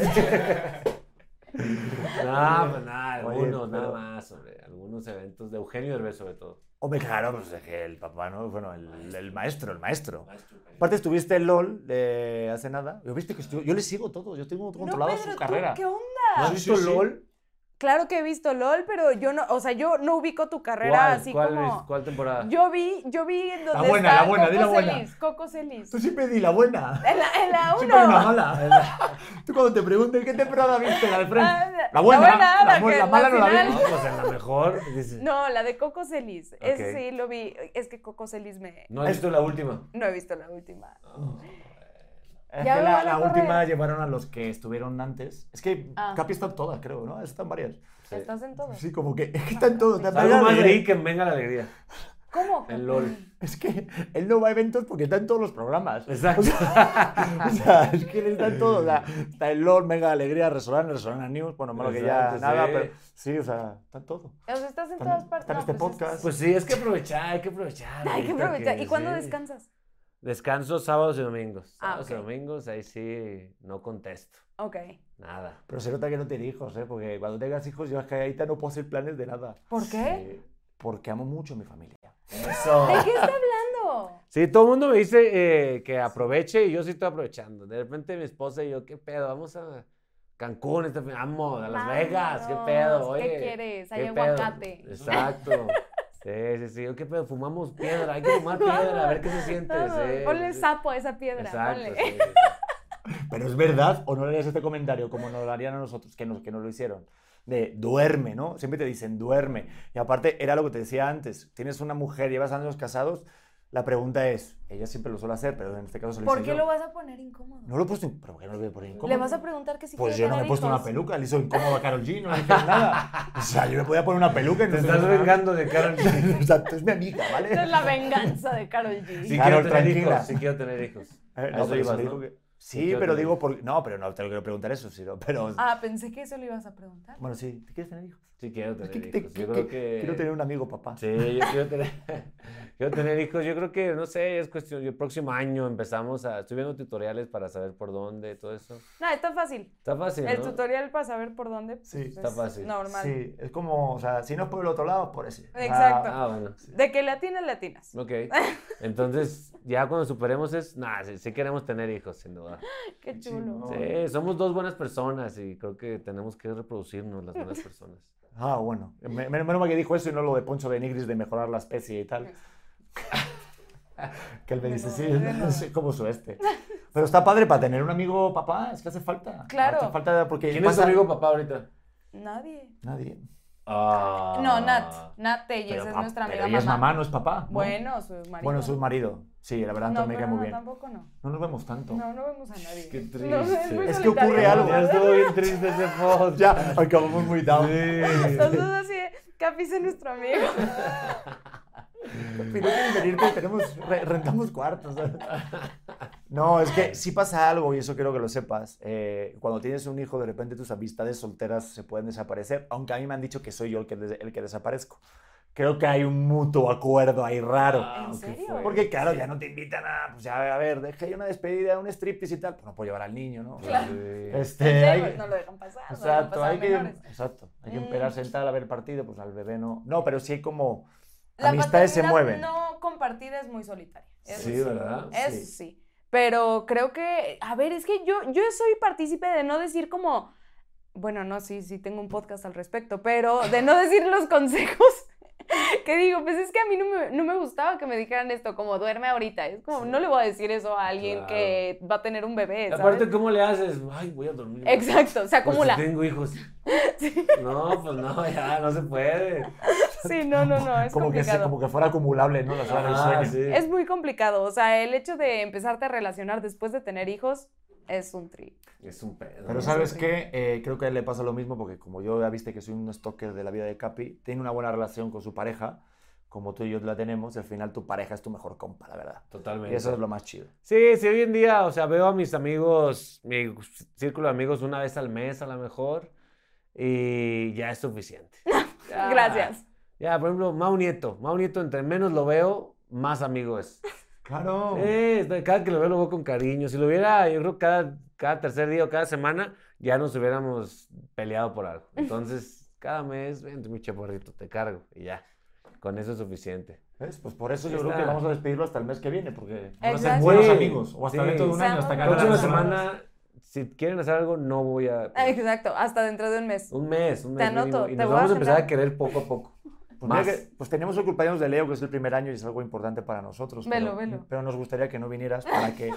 Speaker 3: no, pues nada,
Speaker 4: Oye,
Speaker 3: algunos,
Speaker 4: pero-
Speaker 3: nada más, hombre. Algunos eventos de Eugenio Derbez, sobre todo.
Speaker 4: Hombre, claro, pues es que el papá, ¿no? Bueno, el, el maestro, el maestro. Aparte estuviste en LOL de hace nada. Yo, viste que estu- yo le sigo todo, yo tengo
Speaker 5: No,
Speaker 4: controlado
Speaker 5: Pedro,
Speaker 4: su
Speaker 5: ¿tú
Speaker 4: carrera.
Speaker 5: ¿qué onda?
Speaker 3: ¿No has
Speaker 4: Sí,
Speaker 3: visto
Speaker 4: sí, sí.
Speaker 3: LOL?
Speaker 5: Claro que he visto LOL, pero yo no, o sea, yo no ubico tu carrera
Speaker 3: ¿Cuál,
Speaker 5: así
Speaker 3: cuál,
Speaker 5: como...
Speaker 3: vis- ¿Cuál temporada?
Speaker 5: Yo vi, yo vi en donde
Speaker 4: buena,
Speaker 5: está
Speaker 4: la buena, di la
Speaker 5: Coco
Speaker 4: buena.
Speaker 5: Celis, Coco Celis.
Speaker 4: Tú siempre di la buena.
Speaker 5: En la, en la
Speaker 4: Siempre hay una
Speaker 5: uno.
Speaker 4: mala. Tú cuando te pregunten qué temporada viste, la de frente.
Speaker 5: Ah,
Speaker 4: La buena,
Speaker 5: la, buena,
Speaker 4: la
Speaker 5: la
Speaker 4: bu-
Speaker 5: que-
Speaker 4: la mala
Speaker 5: la
Speaker 4: no la vi.
Speaker 5: final.
Speaker 3: No, pues en la mejor. dice-
Speaker 5: No, la de Coco Celis. Ese
Speaker 3: Ok.
Speaker 5: sí lo vi. Es que Coco Celis me...
Speaker 3: ¿No has visto la última?
Speaker 5: No he visto la última.
Speaker 4: Es
Speaker 5: Ya
Speaker 4: que
Speaker 5: me
Speaker 4: la,
Speaker 5: van a
Speaker 4: la
Speaker 5: correr.
Speaker 4: última llevaron a los que estuvieron antes. Es que
Speaker 5: Ah.
Speaker 4: Capi está en todas, creo, ¿no? Están varias.
Speaker 5: Estás en todo.
Speaker 4: Sí, como que, es que están todas. Están
Speaker 3: Algo más
Speaker 4: varias.
Speaker 3: leí que en Venga la Alegría.
Speaker 5: ¿Cómo?
Speaker 3: En LOL.
Speaker 4: Es que él no va a eventos porque está en todos los programas.
Speaker 3: Exacto.
Speaker 4: O sea, o sea, es que él está en todo. O sea, está en LOL, Mega Alegría, Restaurant, Restaurant News. Bueno, malo que ya
Speaker 3: Exacto,
Speaker 4: nada,
Speaker 3: sí.
Speaker 4: pero sí, o sea, está en todo.
Speaker 5: O sea, estás en
Speaker 4: Está
Speaker 5: todas
Speaker 4: en-
Speaker 5: partes.
Speaker 4: está en
Speaker 5: No,
Speaker 4: este
Speaker 5: pues,
Speaker 4: podcast.
Speaker 3: Pues sí, es que aprovechar, hay que aprovechar.
Speaker 5: Hay que
Speaker 3: ahorita
Speaker 5: aprovechar.
Speaker 3: que-
Speaker 5: ¿Y cuándo
Speaker 3: sí.
Speaker 5: descansas?
Speaker 3: Descanso sábados y domingos.
Speaker 5: Ah,
Speaker 3: Sábados
Speaker 5: ok.
Speaker 3: y domingos, ahí sí no contesto.
Speaker 5: Ok.
Speaker 3: Nada.
Speaker 4: Pero se nota que no tiene hijos, ¿eh? Porque cuando tengas hijos, yo es que ahorita no puedo hacer planes de nada.
Speaker 5: ¿Por qué?
Speaker 4: Sí, porque amo mucho a mi familia.
Speaker 3: Eso.
Speaker 5: ¿De qué está hablando?
Speaker 3: Sí, todo el mundo me dice eh, que aproveche y yo sí estoy aprovechando. De repente mi esposa y yo, ¿qué pedo? Vamos a Cancún, este fin, amo, a Las Vegas, ¿qué pedo?
Speaker 5: Vámonos, ¿qué
Speaker 3: Oye,
Speaker 5: quieres? Hay
Speaker 3: ¿qué
Speaker 5: aguacate.
Speaker 3: pedo? Exacto. Sí, sí, sí. ¿Qué pedo? Fumamos piedra, hay que fumar piedra, a ver qué se siente.
Speaker 5: Vamos,
Speaker 3: Sí,
Speaker 5: ponle
Speaker 3: sí, sí.
Speaker 5: sapo a esa piedra.
Speaker 3: Exacto,
Speaker 5: ponle.
Speaker 3: sí, sí, sí.
Speaker 4: Pero es verdad, o no le harías este comentario como nos lo harían a nosotros, que nos, que nos lo hicieron. De duerme, ¿no? Siempre te dicen duerme. Y aparte, era lo que te decía antes. Tienes una mujer, llevas años casados. La pregunta es, ella siempre lo suele hacer, pero en este caso se lo
Speaker 5: ¿Por
Speaker 4: hice
Speaker 5: qué
Speaker 4: yo.
Speaker 5: lo vas a poner incómodo?
Speaker 4: No lo he puesto, in- ¿pero por qué no lo voy a poner incómodo?
Speaker 5: Le vas a preguntar que si
Speaker 4: Pues
Speaker 5: quiere
Speaker 4: yo no me he
Speaker 5: tener
Speaker 4: puesto una
Speaker 5: hijos.
Speaker 4: peluca, le hizo incómodo a Karol G, no le dije nada. O sea, yo me podía poner una peluca y no
Speaker 3: Te
Speaker 4: se
Speaker 3: estás
Speaker 4: me nada.
Speaker 3: vengando de Karol G.
Speaker 4: Exacto, es mi amiga, ¿vale?
Speaker 5: Esa es la venganza de Karol G.
Speaker 3: Sí
Speaker 4: Carol,
Speaker 3: quiero tener
Speaker 4: tranquila.
Speaker 3: hijos, sí quiero tener hijos.
Speaker 4: Eh,
Speaker 3: A
Speaker 4: no,
Speaker 3: eso
Speaker 4: pero se
Speaker 3: ibas,
Speaker 4: me
Speaker 3: ¿no?
Speaker 4: dijo que-
Speaker 3: Sí
Speaker 4: Sí,
Speaker 3: quiero
Speaker 4: pero
Speaker 3: tener
Speaker 4: digo,
Speaker 3: hijos.
Speaker 4: por... no, pero no te lo quiero preguntar eso, sino, pero...
Speaker 5: Ah, pensé que eso le ibas a preguntar.
Speaker 4: Bueno, sí, ¿te quieres tener hijos?
Speaker 3: Sí quiero tener
Speaker 4: ¿Qué- qué-
Speaker 3: hijos.
Speaker 4: qué-
Speaker 3: Yo creo
Speaker 4: qué-
Speaker 3: que...
Speaker 4: Quiero tener un amigo, papá.
Speaker 3: Sí, yo quiero tener, quiero tener hijos. Yo creo que, no sé, es cuestión. El próximo año empezamos a. Estoy viendo tutoriales para saber por dónde, todo eso.
Speaker 5: No, está fácil.
Speaker 3: Está fácil,
Speaker 5: El
Speaker 3: ¿no?
Speaker 5: tutorial para saber por dónde pues,
Speaker 4: Sí,
Speaker 3: está
Speaker 5: es
Speaker 3: fácil.
Speaker 5: normal.
Speaker 4: Sí, es como, o sea, si no es por el otro lado, por ese. O sea,
Speaker 5: Exacto.
Speaker 3: Ah, bueno.
Speaker 5: De que latinas, latinas.
Speaker 3: Ok. Entonces, ya cuando superemos es. Nah, sí, sí queremos tener hijos, sin duda.
Speaker 5: Qué chulo.
Speaker 3: Sí, somos dos buenas personas y creo que tenemos que reproducirnos las buenas personas.
Speaker 4: Ah, bueno. Me- me- Menos mal que dijo eso y no lo de Poncho de Nigris de mejorar la especie y tal. Que él me dice, sí, no sé cómo su este. Pero está padre para tener un amigo papá, es que hace falta.
Speaker 5: Claro.
Speaker 4: Hace falta porque
Speaker 3: ¿Quién es tu
Speaker 4: pasa-
Speaker 3: amigo papá ahorita?
Speaker 5: Nadie.
Speaker 4: Nadie.
Speaker 3: Ah.
Speaker 5: No, Nat. Nat Telles
Speaker 4: Pero,
Speaker 5: es
Speaker 4: pa-
Speaker 5: nuestra
Speaker 4: pero
Speaker 5: amiga
Speaker 4: ella es
Speaker 5: mamá.
Speaker 4: mamá, no es papá. ¿no?
Speaker 5: Bueno, su marido.
Speaker 4: Bueno, su marido. Sí, la verdad,
Speaker 5: No,
Speaker 4: me
Speaker 5: pero
Speaker 4: cae muy
Speaker 5: no,
Speaker 4: bien.
Speaker 5: tampoco no.
Speaker 4: No nos vemos tanto.
Speaker 5: No, no vemos a nadie.
Speaker 3: Qué
Speaker 5: No,
Speaker 3: triste.
Speaker 5: es muy
Speaker 4: Es que
Speaker 5: solitario.
Speaker 4: ocurre algo.
Speaker 3: Ya estuvo bien triste ese post.
Speaker 4: Ya, acabamos muy down.
Speaker 5: Los dos así, Capi es nuestro amigo.
Speaker 4: Si no quieres venirte, tenemos, re- rentamos cuartos. ¿sabes? No, es que sí pasa algo, y eso quiero que lo sepas. Eh, cuando tienes un hijo, de repente tus amistades solteras se pueden desaparecer, aunque a mí me han dicho que soy yo el que, des- el que desaparezco. Creo que hay un mutuo acuerdo ahí raro.
Speaker 5: ¿En serio?
Speaker 4: Porque claro, ya no te invitan a, pues ya, a ver, dejé una despedida, un striptease y tal, pues no puedo llevar al niño, ¿no?
Speaker 5: Claro.
Speaker 4: Este, hay-
Speaker 5: Pues no lo dejan pasar. no lo dejan
Speaker 4: Exacto,
Speaker 5: pasar
Speaker 4: hay que,
Speaker 5: menores.
Speaker 4: exacto, hay que
Speaker 5: Mm.
Speaker 4: esperarse en tal a ver partido, pues al bebé no. No, pero sí hay como
Speaker 5: La
Speaker 4: amistades se
Speaker 5: paternidad
Speaker 4: mueven.
Speaker 5: no compartida es muy solitaria. Eso
Speaker 3: Sí, ¿verdad?
Speaker 5: Es
Speaker 4: Sí.
Speaker 5: sí. Pero creo que, a ver, es que yo, yo soy partícipe de no decir como, bueno, no, sí, sí tengo un podcast al respecto, pero de no decir los consejos que digo, pues es que a mí no me, no me gustaba que me dijeran esto, como duerme ahorita. Es como, no le voy a decir eso a alguien
Speaker 3: Claro.
Speaker 5: que va a tener un bebé, ¿sabes?
Speaker 3: Aparte, ¿cómo le haces? Ay, voy a dormir.
Speaker 5: Exacto, se
Speaker 3: Por
Speaker 5: acumula.
Speaker 3: si tengo hijos. No, pues no, ya, no se puede.
Speaker 5: Sí, no, no, no, es
Speaker 4: como que, se,
Speaker 5: complicado.
Speaker 4: como que fuera acumulable, ¿no? Las horas del
Speaker 3: Ah,
Speaker 4: sueño.
Speaker 3: sí.
Speaker 5: Es muy complicado, o sea, el hecho de empezarte a relacionar después de tener hijos es un tri.
Speaker 3: Es un pedo.
Speaker 4: Pero ¿sabes qué? Eh, creo que a él le pasa lo mismo porque como yo ya viste que soy un stalker de la vida de Capi, tiene una buena relación con su pareja, como tú y yo la tenemos, y al final tu pareja es tu mejor compa, la verdad.
Speaker 3: Totalmente.
Speaker 4: Y eso es lo más chido.
Speaker 3: Sí, sí, hoy en día, o sea, veo a mis amigos, mi círculo de amigos una vez al mes a lo mejor, y ya es suficiente. Ya.
Speaker 5: Gracias.
Speaker 3: Ya, por ejemplo, Mau Nieto. Mau Nieto, entre menos lo veo, más amigo es.
Speaker 4: Claro.
Speaker 3: Eh, cada que lo veo, lo veo con cariño. Si lo viera, yo creo, cada, cada tercer día o cada semana, ya nos hubiéramos peleado por algo. Entonces, cada mes, vente, mi chaparrito, te cargo, y ya. Con eso es suficiente.
Speaker 4: ¿Ves? Pues por eso yo
Speaker 3: Está.
Speaker 4: creo que vamos a despedirlo hasta el mes que viene, porque van a ser
Speaker 5: Exacto.
Speaker 4: buenos
Speaker 3: Sí,
Speaker 4: amigos. O hasta
Speaker 3: sí.
Speaker 4: dentro de un año,
Speaker 5: Seamos
Speaker 4: hasta que
Speaker 3: La
Speaker 5: buenos
Speaker 4: hagan
Speaker 3: próxima
Speaker 4: las
Speaker 3: semana, si quieren hacer algo, no voy a...
Speaker 5: Exacto, hasta dentro de un mes.
Speaker 3: Un mes, un
Speaker 5: Te
Speaker 3: mes mínimo,
Speaker 5: anoto,
Speaker 3: y
Speaker 5: te
Speaker 3: nos
Speaker 5: voy a
Speaker 3: vamos a empezar
Speaker 5: agendar.
Speaker 3: a querer poco a poco.
Speaker 4: Pues,
Speaker 3: Más.
Speaker 4: mira que- pues tenemos el cumpleaños de Leo, que es el primer año y es algo importante para nosotros.
Speaker 5: Velo,
Speaker 4: pero,
Speaker 5: velo.
Speaker 4: pero nos gustaría que no vinieras para que,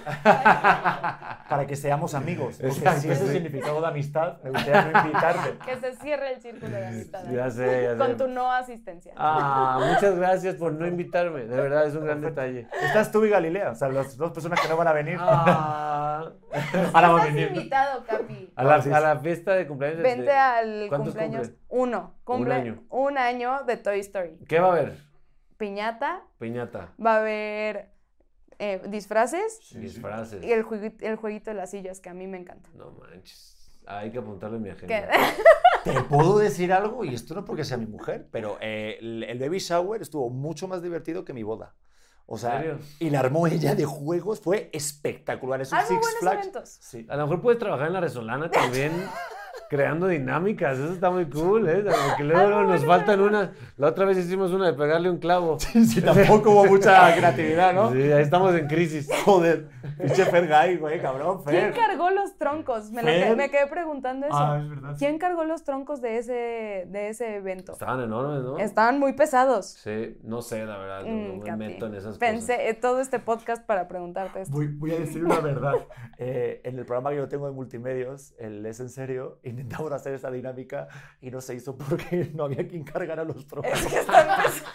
Speaker 4: para que seamos amigos. Porque
Speaker 3: Exacto,
Speaker 4: si es el
Speaker 3: sí.
Speaker 4: significado de amistad, me gustaría no invitarte.
Speaker 5: Que se cierre el círculo de amistad.
Speaker 3: Ya sé, ya sé.
Speaker 5: Con tu no asistencia.
Speaker 3: Ah, muchas gracias por no invitarme. De verdad, es un gran detalle.
Speaker 4: Estás tú y Galilea, o sea, las dos personas que no van a venir.
Speaker 3: Ah.
Speaker 4: Ahora va a
Speaker 5: Estás
Speaker 4: venir.
Speaker 5: invitado, Capi.
Speaker 3: A la,
Speaker 4: Ah, sí,
Speaker 3: a
Speaker 4: sí.
Speaker 3: la fiesta de cumpleaños. de-
Speaker 5: Vente al
Speaker 3: ¿Cuántos
Speaker 5: cumpleaños
Speaker 3: cumple?
Speaker 5: uno. Cumple
Speaker 3: año.
Speaker 5: un año de Toy Story.
Speaker 3: ¿Qué va a haber?
Speaker 5: piñata,
Speaker 3: Piñata.
Speaker 5: va a haber eh, disfraces
Speaker 3: Sí, disfraces.
Speaker 5: y el jueguito, el jueguito de las sillas, que a mí me encanta.
Speaker 3: No manches. Hay que apuntarlo en mi
Speaker 5: ¿Qué?
Speaker 3: agenda.
Speaker 4: Te puedo decir algo, y esto no porque sea mi mujer, pero eh, el, el baby shower estuvo mucho más divertido que mi boda. O sea,
Speaker 3: ¿En serio?
Speaker 4: y la armó ella de juegos, fue espectacular. Es un
Speaker 5: Hay muy
Speaker 4: Six
Speaker 5: buenos
Speaker 4: Flags.
Speaker 5: eventos.
Speaker 4: Sí.
Speaker 3: A lo mejor puedes trabajar en la Resolana también, creando dinámicas. Eso está muy cool, ¿eh? Porque luego, luego nos faltan unas. La otra vez hicimos una de pegarle un clavo.
Speaker 4: Sí, tampoco hubo mucha creatividad, ¿no?
Speaker 3: Sí, ahí estamos en crisis.
Speaker 4: Joder, pinche Fergay, güey, cabrón,
Speaker 5: ¿Quién
Speaker 4: Fer.
Speaker 5: cargó los troncos? Me, lo
Speaker 4: Fer.
Speaker 5: que- me quedé preguntando eso.
Speaker 4: Ah, es verdad.
Speaker 5: ¿Quién cargó los troncos de ese, de ese evento?
Speaker 3: Estaban enormes, ¿no?
Speaker 5: Estaban muy pesados.
Speaker 3: Sí, no sé, la verdad. No,
Speaker 5: Mm,
Speaker 3: no me
Speaker 5: Capi.
Speaker 3: meto en esas
Speaker 5: Pensé
Speaker 3: cosas.
Speaker 5: eh, todo este podcast para preguntarte esto.
Speaker 4: Voy, voy a decir una verdad. Eh, en el programa que yo tengo de multimedios, el Es en Serio, intentamos hacer esa dinámica y no se hizo porque no había quien cargara los troncos.
Speaker 5: Es que están pes-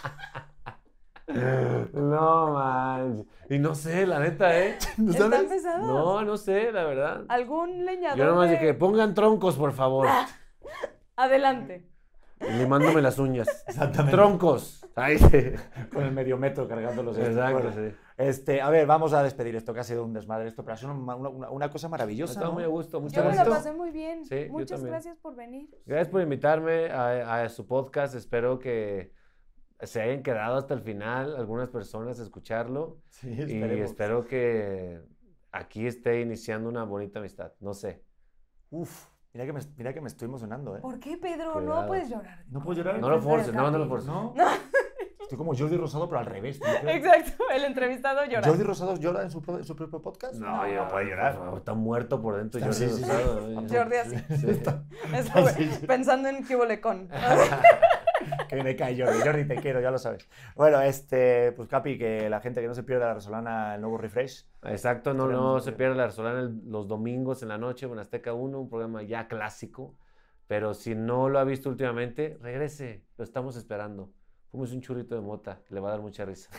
Speaker 3: No, man. Y no sé, la neta, ¿eh?
Speaker 4: ¿No
Speaker 5: están
Speaker 4: sabes?
Speaker 5: pesados.
Speaker 3: No, no sé, la verdad.
Speaker 5: ¿Algún leñador?
Speaker 3: Yo nomás
Speaker 5: de-
Speaker 3: dije, pongan troncos, por favor.
Speaker 5: Adelante.
Speaker 3: Limándome las uñas.
Speaker 4: Exactamente.
Speaker 3: Troncos. Ay, sí.
Speaker 4: Con el medio metro cargándolos.
Speaker 3: Exacto,
Speaker 4: Bueno,
Speaker 3: sí.
Speaker 4: Este, a ver, vamos a despedir esto, que ha sido un desmadre esto, pero ha sido una, una- una cosa maravillosa,
Speaker 3: Estaba
Speaker 4: ¿no?
Speaker 3: muy a gusto.
Speaker 5: Yo
Speaker 3: Muchas
Speaker 5: me la
Speaker 3: gracias.
Speaker 5: pasé muy bien.
Speaker 3: Sí, yo
Speaker 5: Muchas
Speaker 3: también.
Speaker 5: gracias por venir.
Speaker 3: Gracias por invitarme a, a su podcast. Espero que se hayan quedado hasta el final algunas personas a escucharlo.
Speaker 4: Sí,
Speaker 3: Y
Speaker 4: esperemos.
Speaker 3: espero que aquí esté iniciando una bonita amistad. No sé.
Speaker 4: Uf, mira que, me, mira que me estoy emocionando, ¿eh?
Speaker 5: ¿Por qué, Pedro?
Speaker 3: Cuidado.
Speaker 5: No puedes llorar.
Speaker 4: ¿No puedo llorar?
Speaker 3: No lo
Speaker 5: Enfrente
Speaker 3: forces,
Speaker 5: del
Speaker 3: no, no lo
Speaker 5: Capi.
Speaker 3: forces.
Speaker 4: ¿No? Estoy como Jordi Rosado, pero al revés. ¿no?
Speaker 5: Exacto, el entrevistado llora.
Speaker 4: ¿Jordi Rosado llora en su, pro- en su propio podcast?
Speaker 3: No, yo
Speaker 4: no puede llorar.
Speaker 3: por favor, está muerto por dentro.
Speaker 4: Está-
Speaker 3: Jordi
Speaker 4: sí, sí, sí.
Speaker 3: Rosado, ¿no?
Speaker 5: Jordi así.
Speaker 3: Sí.
Speaker 5: Eso, güey,
Speaker 4: Sí, sí.
Speaker 5: pensando en qué bolecón.
Speaker 4: Que me cae Jordi. Jordi, te quiero, ya lo sabes. Bueno, este, pues Capi, que la gente que no se pierda la Resolana, el nuevo refresh.
Speaker 3: Exacto, no,
Speaker 4: Esperemos
Speaker 3: no
Speaker 4: que-
Speaker 3: se pierda la Resolana el- los domingos en la noche en Azteca uno, un programa ya clásico. Pero si no lo ha visto últimamente, regrese, lo estamos esperando. Fúmese un churrito de mota, le va a dar mucha risa.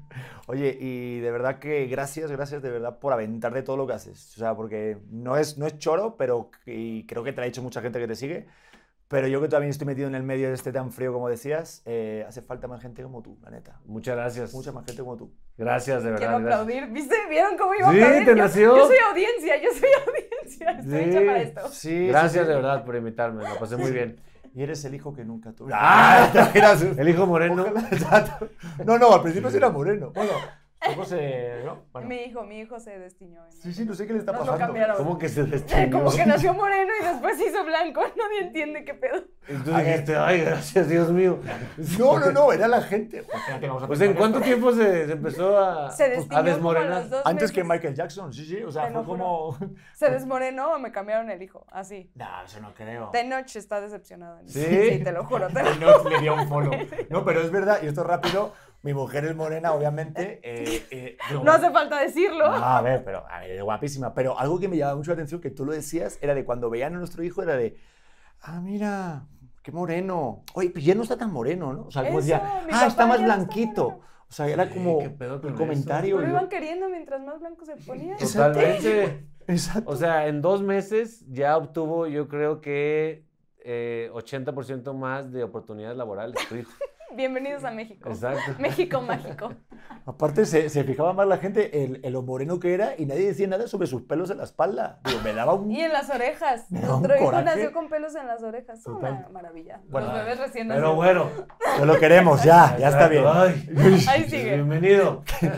Speaker 4: Oye, y de verdad que gracias, gracias de verdad por aventarte todo lo que haces. O sea, porque no es, no es choro, pero y creo que te lo ha dicho mucha gente que te sigue. Pero yo que también estoy metido en el medio de este tan frío como decías, eh, hace falta más gente como tú, la neta.
Speaker 3: Muchas gracias.
Speaker 4: Mucha más gente como tú.
Speaker 3: Gracias, de verdad.
Speaker 5: Quiero
Speaker 3: gracias.
Speaker 5: aplaudir. ¿Viste? ¿Vieron cómo iba a
Speaker 3: Sí,
Speaker 5: aplaudir?
Speaker 3: te
Speaker 5: Yo-
Speaker 3: nació.
Speaker 5: Yo soy audiencia, yo soy audiencia. Estoy
Speaker 3: Sí.
Speaker 5: hecha para esto.
Speaker 4: Sí,
Speaker 3: Gracias
Speaker 4: sí, sí.
Speaker 3: de verdad por invitarme, lo pasé muy bien.
Speaker 4: Y eres el hijo que nunca tuve.
Speaker 3: ¡Ah!
Speaker 4: ¿te imaginas?
Speaker 3: El hijo moreno.
Speaker 4: Ojalá, exacto. No, no, al principio sí era moreno. Bueno, luego se... ¿no? Bueno.
Speaker 5: Mi hijo, mi hijo se destiñó. en-
Speaker 4: Sí, sí, no sé qué le está
Speaker 5: Nos lo
Speaker 4: pasando.
Speaker 5: cambiaron.
Speaker 3: ¿Cómo que se destinó?
Speaker 5: Como que nació moreno y después se hizo blanco. Nadie entiende qué pedo.
Speaker 3: Entonces dijiste, ay, gracias, Dios mío.
Speaker 4: No, no, no, era la gente. Pues, espérate, vamos a
Speaker 3: Pues, ¿en
Speaker 4: pensar
Speaker 3: cuánto
Speaker 4: esto.
Speaker 3: tiempo se, se empezó a,
Speaker 5: Se destiñó
Speaker 3: a
Speaker 5: como a
Speaker 3: desmorenar?
Speaker 5: los dos
Speaker 4: Antes que
Speaker 5: meses.
Speaker 4: Michael Jackson, sí, sí. O sea,
Speaker 5: Te
Speaker 4: fue
Speaker 5: lo
Speaker 4: como...
Speaker 5: Se desmorenó o me cambiaron el hijo. Así.
Speaker 4: No, eso no creo.
Speaker 5: Tenoch está decepcionado. En
Speaker 3: ¿Sí?
Speaker 5: Sí, te lo juro. Te lo...
Speaker 4: No le dio un follow. No, pero es verdad, y esto es rápido. Mi mujer es morena, obviamente. eh, eh, digo,
Speaker 5: No hace falta decirlo.
Speaker 4: Ah, a ver, pero a ver, es guapísima. Pero algo que me llamaba mucho la atención, que tú lo decías, era de cuando veían a nuestro hijo, era de, ah, mira, qué moreno. Oye, pues ya no está tan moreno, ¿no? O sea, como
Speaker 5: Eso,
Speaker 4: decía,
Speaker 5: mi
Speaker 4: ah,
Speaker 5: papá
Speaker 4: está más
Speaker 5: ya no está
Speaker 4: blanquito.
Speaker 5: moreno.
Speaker 4: O sea, era como
Speaker 3: ¿qué pedo con
Speaker 4: el
Speaker 3: eso?
Speaker 4: comentario.
Speaker 5: Lo
Speaker 4: y yo-
Speaker 5: iban queriendo mientras más blanco se ponía.
Speaker 3: Totalmente.
Speaker 4: Exacto.
Speaker 3: O sea, en dos meses ya obtuvo, yo creo que eh, ochenta por ciento más de oportunidades laborales, tu hijo.
Speaker 5: Bienvenidos a México.
Speaker 3: Exacto.
Speaker 5: México mágico.
Speaker 4: Aparte, se, se fijaba más la gente en, en lo moreno que era y nadie decía nada sobre sus pelos en la espalda. Digo, me daba un...
Speaker 5: Y en las orejas.
Speaker 4: Me da un
Speaker 5: Nuestro hijo
Speaker 4: coraje.
Speaker 5: nació con pelos en las orejas. Es
Speaker 4: Total.
Speaker 5: una maravilla.
Speaker 4: Bueno,
Speaker 5: Los bebés recién
Speaker 3: Pero
Speaker 5: nacidos.
Speaker 3: bueno.
Speaker 4: Ya lo queremos, ya, ya está bien.
Speaker 3: Exacto. Ay,
Speaker 5: Ahí sigue.
Speaker 3: bienvenido.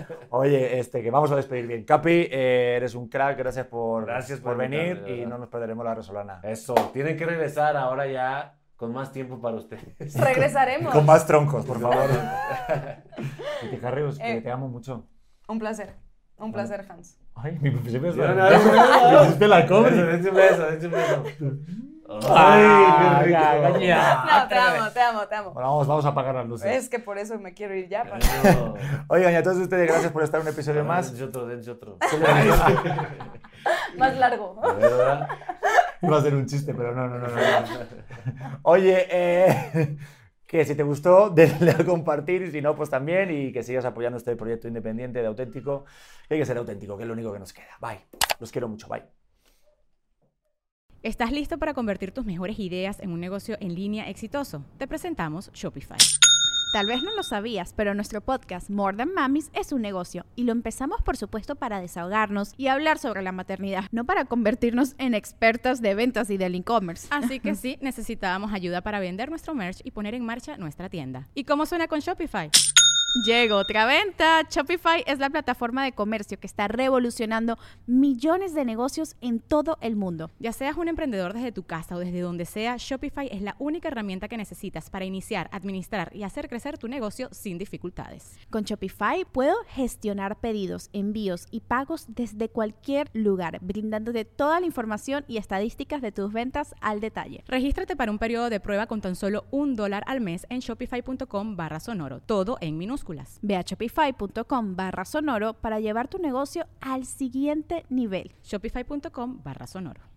Speaker 4: Oye, este, que vamos a despedir bien. Capi, eh, eres un crack, gracias por,
Speaker 3: Gracias
Speaker 4: por
Speaker 3: por
Speaker 4: venir
Speaker 3: invitarme, de
Speaker 4: y
Speaker 3: verdad.
Speaker 4: no nos perderemos la Resolana.
Speaker 3: Eso, tienen que regresar ahora ya con más tiempo para ustedes.
Speaker 5: Regresaremos.
Speaker 4: Con más troncos, por favor. Y te carreos, que
Speaker 5: Eh.
Speaker 4: te amo mucho.
Speaker 5: Un placer. Un placer, Hans.
Speaker 4: Ay, mi siempre es
Speaker 3: No, no,
Speaker 4: la...
Speaker 3: no, no.
Speaker 4: Hiciste la cobre.
Speaker 3: Dense un beso, dense un beso.
Speaker 4: Ah,
Speaker 3: Ay, qué rico.
Speaker 4: ya, ya.
Speaker 5: No, te amo, te amo, te amo.
Speaker 4: Bueno, vamos, vamos a apagar las luces.
Speaker 5: Es que por eso me quiero ir ya. para-
Speaker 3: Eso.
Speaker 4: Oigan, y a todos ustedes, gracias por estar en un episodio más.
Speaker 3: Dense otro, dense otro.
Speaker 5: Más largo.
Speaker 3: A ver, ¿verdad?
Speaker 4: Iba a ser un chiste, pero no, no, no. no, no. Oye, eh, que si te gustó, denle a compartir y si no, pues también. Y que sigas apoyando este proyecto independiente de Auténtico. Que hay que ser auténtico, que es lo único que nos queda. Bye. Los quiero mucho. Bye.
Speaker 11: ¿Estás listo para convertir tus mejores ideas en un negocio en línea exitoso? Te presentamos Shopify. Tal vez no lo sabías, pero nuestro podcast More Than Mamis es un negocio y lo empezamos por supuesto para desahogarnos y hablar sobre la maternidad, no para convertirnos en expertas de ventas y del e-commerce.
Speaker 12: Así que sí, necesitábamos ayuda para vender nuestro merch y poner en marcha nuestra tienda. ¿Y cómo suena con Shopify?
Speaker 11: Llegó otra venta. Shopify es la plataforma de comercio que está revolucionando millones de negocios en todo el mundo.
Speaker 12: Ya seas un emprendedor desde tu casa o desde donde sea, Shopify es la única herramienta que necesitas para iniciar, administrar y hacer crecer tu negocio sin dificultades.
Speaker 11: Con Shopify puedo gestionar pedidos, envíos y pagos desde cualquier lugar, brindándote toda la información y estadísticas de tus ventas al detalle.
Speaker 12: Regístrate para un periodo de prueba con tan solo un dólar al mes en shopify.com barra sonoro, todo en minúsculas.
Speaker 11: Ve a shopify.com barra sonoro para llevar tu negocio al siguiente nivel.
Speaker 12: Shopify.com barra sonoro.